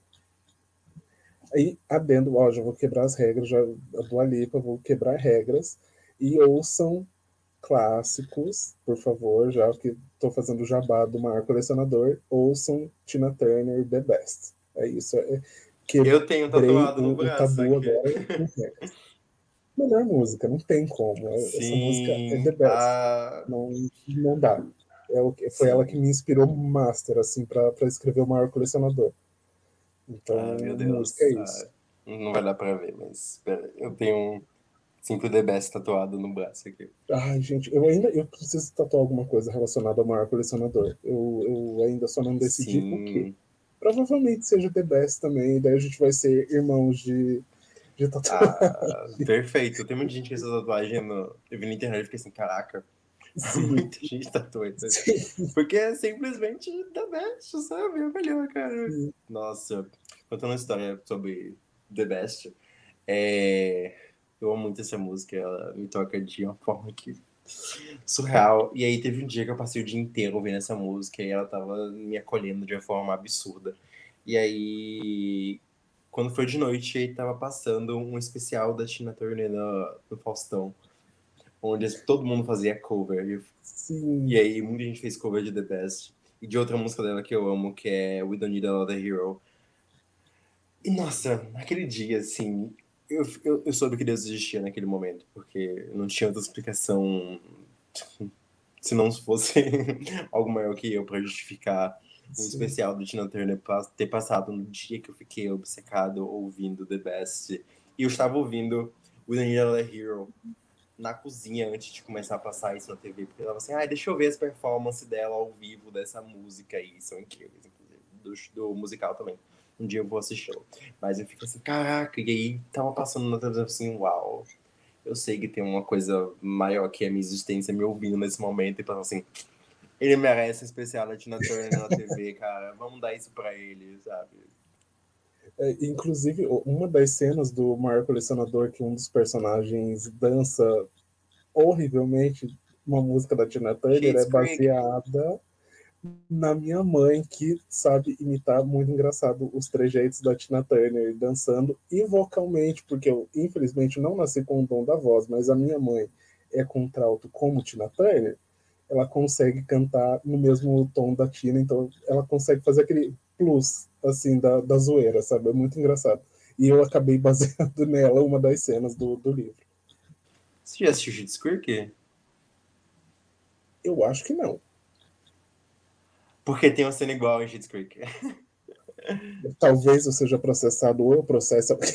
Aí, adendo, ó, já vou quebrar as regras, já, a Dua Lipa, vou quebrar regras, e ouçam clássicos, por favor, já que estou fazendo o jabá do maior colecionador, ouçam Tina Turner, The Best. É isso, é, Eu tenho quebrei tatuado no o, o braço tabu aqui. agora com regras. Melhor música, não tem como. Essa música é The Sim, Best. ah, Não, não dá. É o que, foi ela que sim. me inspirou master, assim, para escrever o maior colecionador. Então, Ah, meu música é Deus. isso. Ah, não vai dar pra ver, mas espera, eu tenho um cinco D Best tatuado no braço aqui. Ai, gente, eu ainda eu preciso tatuar alguma coisa relacionada ao maior colecionador. Eu, eu ainda só não decidi o quê. Sim. Provavelmente seja The Best também, e daí a gente vai ser irmãos de, de tatuagem. Ah, perfeito. Tem muita gente com essa tatuagem no... Eu vi na internet e fiquei assim, caraca, Sim, muita gente tatuou isso. sim, Porque é simplesmente The Best, sabe? É o melhor, cara. sim. Nossa, contando uma história sobre The Best, é... eu amo muito essa música, ela me toca de uma forma que surreal. E aí teve um dia que eu passei o dia inteiro ouvindo essa música e ela tava me acolhendo de uma forma absurda. E aí, quando foi de noite, aí tava passando um especial da Tina Turner no, no Faustão, onde todo mundo fazia cover. E, e Sim. aí muita gente fez cover de The Best. E de outra música dela que eu amo, que é We Don't Need Another Hero. E nossa, naquele dia, assim, eu, eu, eu soube que Deus existia naquele momento, porque não tinha outra explicação se não fosse algo maior que eu para justificar um Sim. especial do Tina Turner ter passado no dia que eu fiquei obcecado ouvindo The Best. E eu estava ouvindo o Daniela Hero na cozinha antes de começar a passar isso na T V, porque eu tava assim, ah, deixa eu ver as performances dela ao vivo dessa música aí, são incríveis, inclusive, do, do musical também. Um dia eu vou assistir. Mas eu fico assim, caraca, e aí tava passando na televisão assim, uau, eu sei que tem uma coisa maior que a minha existência me ouvindo nesse momento e pensando assim, ele merece um especial da Tina Turner na T V, cara. Vamos dar isso pra ele, sabe? É, inclusive, uma das cenas do maior colecionador que um dos personagens dança horrivelmente uma música da Tina Turner Schitt's é Creek. baseada na minha mãe, que sabe imitar muito engraçado os trejeitos da Tina Turner dançando e vocalmente, porque eu, infelizmente, não nasci com o dom da voz, mas a minha mãe é contralto como Tina Turner, ela consegue cantar no mesmo tom da Tina, então ela consegue fazer aquele plus, assim, da, da zoeira, sabe? É muito engraçado. E eu acabei baseando nela uma das cenas do, do livro. Você já assistiu Schitt's Creek? Eu acho que não. Porque tem uma cena igual em Schitt's Creek. Talvez eu seja processado ou eu processe alguém.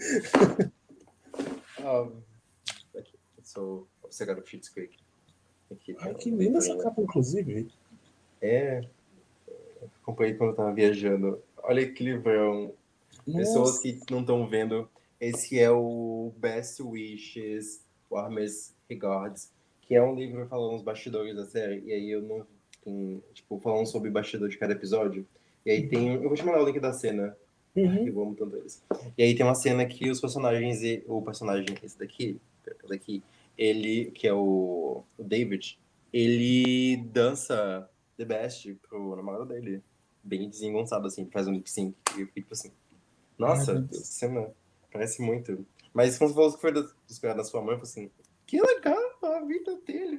Ah, aqui, eu sou obcecado por Schitt's Creek. Aqui tem Ai, que um linda essa livrinho. capa, inclusive. É, acompanhei quando eu tava viajando. Olha que livrão. Pessoas Nossa. que não estão vendo, esse é o Best Wishes, Warmest Regards, que é um livro falando os bastidores da série, e aí eu não. Tem, tipo, falando sobre o bastidor de cada episódio. E aí tem. Eu vou te mandar o link da cena. Ai, Uhum. eu amo tanto eles. E aí tem uma cena que os personagens, e o personagem, esse daqui, daqui, ele, que é o, o David, ele dança The Best pro namorado dele. Bem desengonçado, assim, faz um lip sync. E eu fico tipo assim, Ai, meu nossa, essa Deus. cena parece muito. Mas quando você falou que foi da, inspirado na sua mãe, eu falei assim, que legal a vida dele.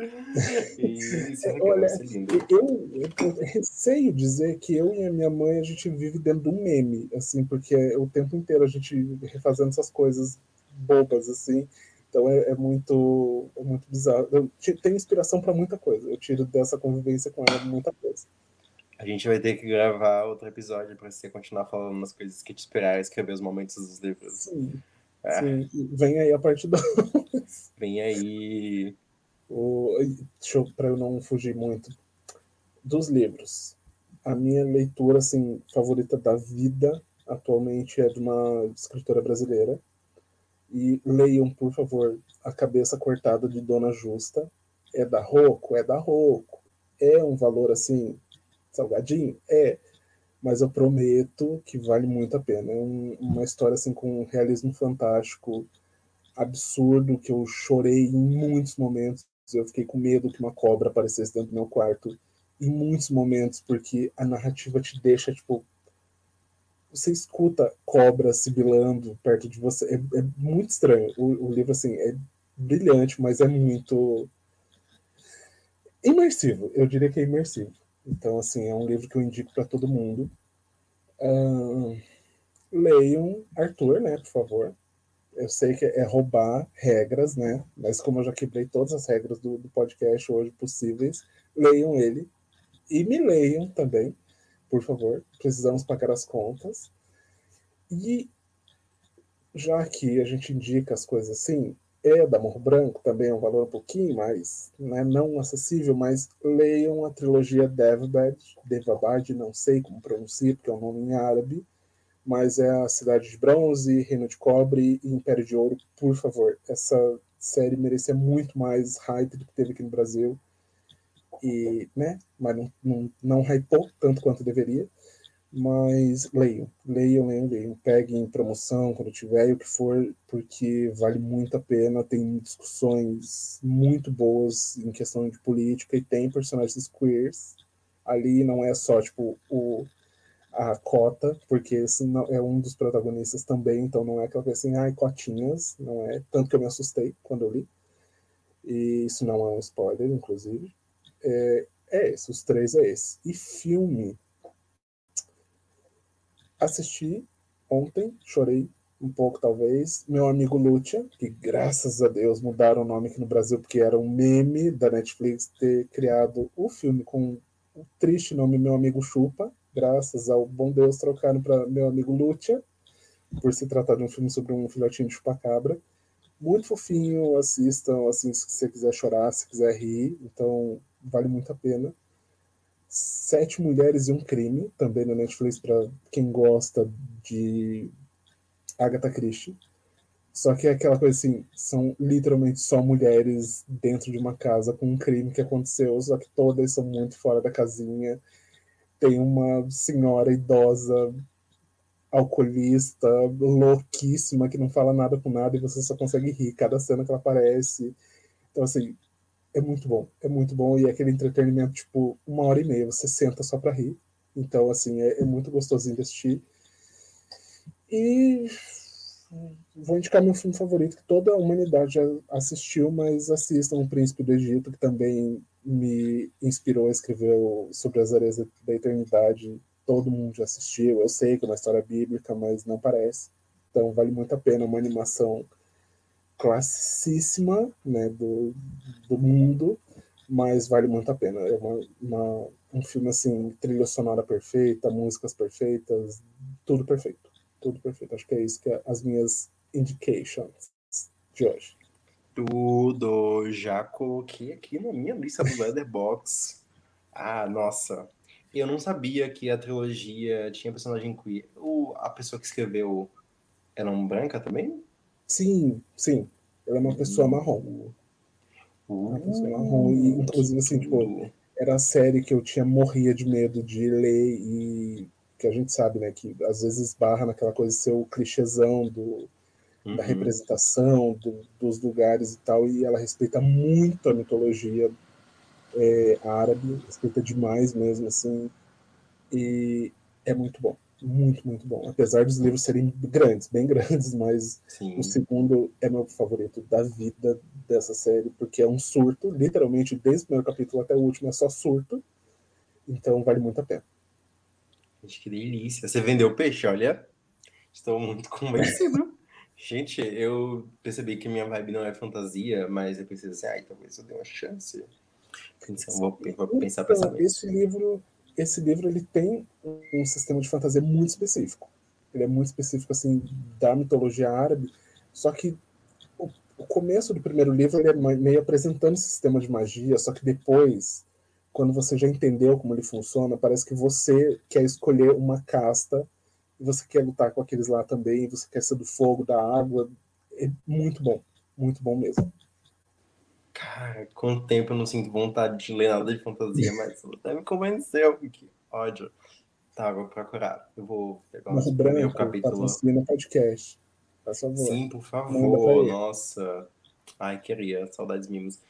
E isso é legal, Olha, isso é lindo. eu, eu receio dizer que eu e a minha mãe, a gente vive dentro de um meme, assim, porque é o tempo inteiro a gente refazendo essas coisas bobas, assim. Então é, é muito, é muito bizarro. Eu tenho inspiração para muita coisa. Eu tiro dessa convivência com ela muita coisa. A gente vai ter que gravar outro episódio pra você continuar falando umas coisas que te inspiraram a escrever os momentos dos livros. Sim, Ah, sim. Vem aí a parte dois. vem aí. O, para eu não fugir muito dos livros. A minha leitura assim favorita da vida atualmente é de uma escritora brasileira. E leiam, por favor, A Cabeça Cortada de Dona Justa. É da Rocco? É da Rocco. É um valor assim salgadinho? É, mas eu prometo que vale muito a pena. É um, uma história assim com um realismo fantástico, absurdo, que eu chorei em muitos momentos. Eu fiquei com medo que uma cobra aparecesse dentro do meu quarto em muitos momentos, porque a narrativa te deixa, tipo, você escuta cobras sibilando perto de você. É, é muito estranho. O, o livro, assim, é brilhante, mas é muito imersivo. Eu diria que é imersivo. Então, assim, é um livro que eu indico para todo mundo. Uh, leiam Arthur, né, por favor. Eu sei que é roubar regras, né? Mas como eu já quebrei todas as regras do, do podcast hoje possíveis, leiam ele. E me leiam também, por favor. Precisamos pagar as contas. E já que a gente indica as coisas assim, é da Morro Branco, também é um valor um pouquinho mais, né, não acessível, mas leiam a trilogia Devabad, Devabad, não sei como pronuncia, porque é um nome em árabe, mas é a Cidade de Bronze, Reino de Cobre e Império de Ouro, por favor. Essa série merecia muito mais hype do que teve aqui no Brasil, e, né, mas não, não, não hypou tanto quanto deveria. Mas leiam, leiam, leiam, leiam. Peguem promoção quando tiver e o que for, porque vale muito a pena. Tem discussões muito boas em questão de política e tem personagens queers. Ali não é só tipo o, a cota, porque esse não, é um dos protagonistas também, então não é aquela coisa assim, ai, cotinhas, não é. Tanto que eu me assustei quando eu li. E isso não é um spoiler, inclusive. É, é esse, os três é esse. E filme, assisti ontem, chorei um pouco talvez. Meu amigo Lucia, que graças a Deus mudaram o nome aqui no Brasil, porque era um meme da Netflix ter criado o filme com o triste nome Meu Amigo Chupa. Graças ao bom Deus trocaram para Meu Amigo Lucia, por se tratar de um filme sobre um filhotinho de chupacabra. Muito fofinho, assistam, assim, se você quiser chorar, se quiser rir, então vale muito a pena. Sete Mulheres e um Crime, também na Netflix, para quem gosta de Agatha Christie. Só que é aquela coisa assim, são literalmente só mulheres dentro de uma casa com um crime que aconteceu, só que todas são muito fora da casinha. Tem uma senhora idosa, alcoolista, louquíssima, que não fala nada com nada e você só consegue rir cada cena que ela aparece. Então, assim, é muito bom, é muito bom, e é aquele entretenimento, tipo, uma hora e meia, você senta só pra rir. Então, assim, é, é muito gostosinho de assistir. E vou indicar meu filme favorito, que toda a humanidade já assistiu, mas assistam O Príncipe do Egito, que também me inspirou a escrever sobre as areias da eternidade. Todo mundo já assistiu, eu sei que é uma história bíblica, mas não parece. Então vale muito a pena, uma animação classicíssima, né, do, do mundo, mas vale muito a pena. É uma, uma, um filme assim, trilha sonora perfeita, músicas perfeitas, tudo perfeito. Tudo perfeito. Acho que é isso que é as minhas indications de hoje. Tudo, já coloquei aqui na minha lista do Letterboxd. Ah, nossa. Eu não sabia que a trilogia tinha personagem queer. O, a pessoa que escreveu era um branca também? Sim, sim. Ela é uma pessoa marrom. Uh, É uma pessoa marrom. E, uh, que inclusive, assim, tipo, tudo. era a série que eu tinha morria de medo de ler e que a gente sabe, né, que às vezes esbarra naquela coisa de ser o clichêzão do, da Uhum. representação do, dos lugares e tal, e ela respeita muito a mitologia é, árabe, respeita demais mesmo, assim, e é muito bom, muito, muito bom. Apesar dos livros serem grandes, bem grandes, mas o Sim. segundo é meu favorito da vida dessa série, porque é um surto, literalmente, desde o primeiro capítulo até o último é só surto, então vale muito a pena. Gente, que delícia. Você vendeu peixe, olha. Estou muito convencido. Gente, eu percebi que minha vibe não é fantasia, mas eu pensei assim, ai, talvez eu dê uma chance. Então, vou, vou pensar Então, pensamentos. esse livro, esse livro ele tem um sistema de fantasia muito específico. Ele é muito específico assim da mitologia árabe, só que o, o começo do primeiro livro ele é meio apresentando esse sistema de magia, só que depois, quando você já entendeu como ele funciona, parece que você quer escolher uma casta e você quer lutar com aqueles lá também, você quer ser do fogo, da água. É muito bom, muito bom mesmo. Cara, quanto tempo eu não sinto vontade de ler nada de fantasia, mas você até me convenceu. Que ódio. Tá, vou procurar. Eu vou pegar Morro uns primeiro Branco, capítulo. patrocina podcast. Faz favor. Sim, por Manda pra favor. ele. Nossa. Ai, queria. Saudades mimos.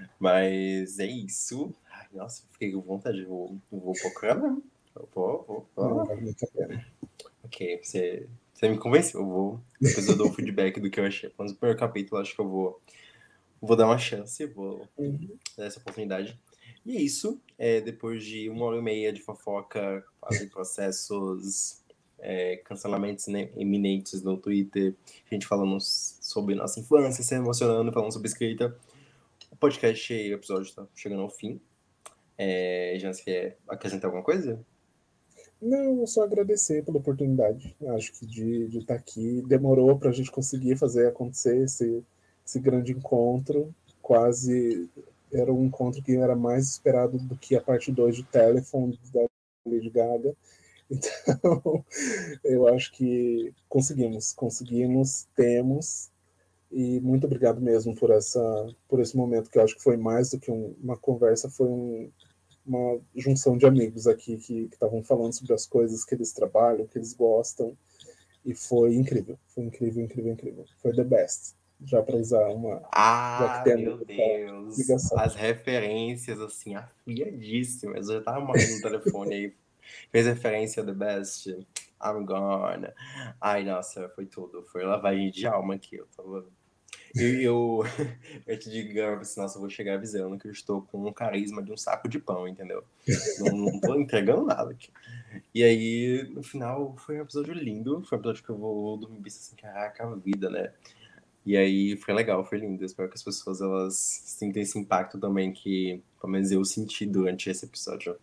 Mas é isso. Ai, nossa, fiquei com vontade. Eu vou, eu vou procurar mesmo. Eu vou, vou, Não, vou. vale muito a pena. Ok, você, você me convenceu. Eu vou. Depois eu dou o feedback do que eu achei. Mas o primeiro capítulo, acho que eu vou, vou dar uma chance. Vou Uhum. dar essa oportunidade. E é isso. É, depois de uma hora e meia de fofoca, quase processos, é, cancelamentos né, iminentes no Twitter, a gente falando sobre nossa infância, se emocionando, falando sobre escrita. O podcast, o episódio está chegando ao fim. É, já se quer acrescentar alguma coisa? Não, eu só agradecer pela oportunidade. Acho que de, de estar aqui demorou para a gente conseguir fazer acontecer esse, esse grande encontro. Quase era um encontro que era mais esperado do que a parte dois de Telephone da Lady Gaga. Então, eu acho que conseguimos, conseguimos, temos. E muito obrigado mesmo por essa, por esse momento que eu acho que foi mais do que um, uma conversa, foi um, uma junção de amigos aqui que estavam falando sobre as coisas que eles trabalham, que eles gostam, e foi incrível, foi incrível, incrível, incrível. Foi the best, já para usar uma, já que Ah, temos meu essa Deus. ligação. As referências, assim, afiadíssimas. Eu já tava morrendo no telefone aí. Fez referência a The Best. I'm gone. Ai, nossa, foi tudo. Foi lavagem de alma aqui. Eu tava. Eu, eu, eu te digo, assim, nossa, eu vou chegar avisando que eu estou com um carisma de um saco de pão, entendeu? Não, não tô entregando nada aqui. E aí, no final, foi um episódio lindo. Foi um episódio que eu vou dormir e assim, caraca, a vida, né? E aí foi legal, foi lindo. Eu espero que as pessoas elas sintam esse impacto também que, pelo menos eu senti durante esse episódio.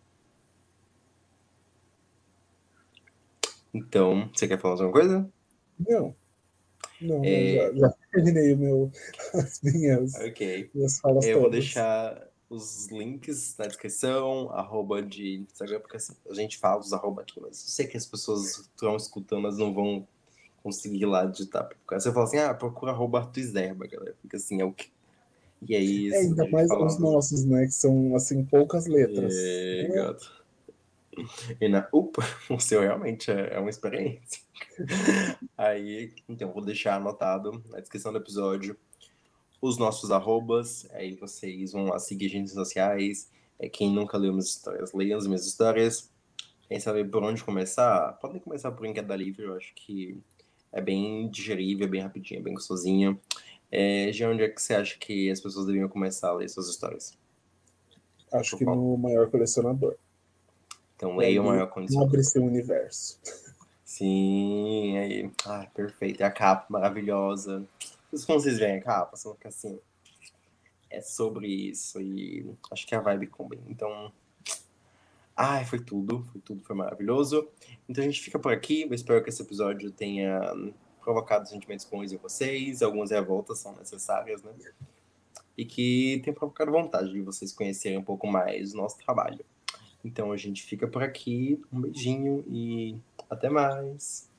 Então, você quer falar mais alguma coisa? Não, não, não, já, É, já terminei o meu, as minhas, ok. minhas falas Eu vou todas. deixar os links na descrição, arroba de Instagram, porque assim, a gente fala os arroba aqui, mas eu sei que as pessoas estão escutando, elas não vão conseguir lá digitar. Porque você fala assim, ah, procura arroba Arthur Zerba, galera. Fica assim, é o quê? E aí, É, assim, a ainda gente mais fala os nossos, né, que são, assim, poucas letras. é, gato. E na UPA, o seu realmente é, é uma experiência. Aí, então, vou deixar anotado na descrição do episódio os nossos arrobas, aí vocês vão lá seguir as redes sociais. É, quem nunca leu minhas histórias, leiam as minhas histórias. Quem sabe por onde começar? Podem começar por Em Queda Livre, eu acho que é bem digerível, é bem rapidinho, é bem gostosinha. É, já onde é que você acha que as pessoas deveriam começar a ler suas histórias? Acho Por que favor. no Maior Colecionador. Então, E leia o ali maior abre condicionador. seu universo. Sim, aí. Ah, perfeito. E a capa maravilhosa. Os como vocês veem a capa, são que assim, é sobre isso. E acho que a vibe combina. Então, ai, foi tudo. Foi tudo, foi maravilhoso. Então a gente fica por aqui. Eu espero que esse episódio tenha provocado sentimentos bons em vocês. Algumas revoltas são necessárias, né? E que tenha provocado vontade de vocês conhecerem um pouco mais o nosso trabalho. Então a gente fica por aqui. Um beijinho e até mais.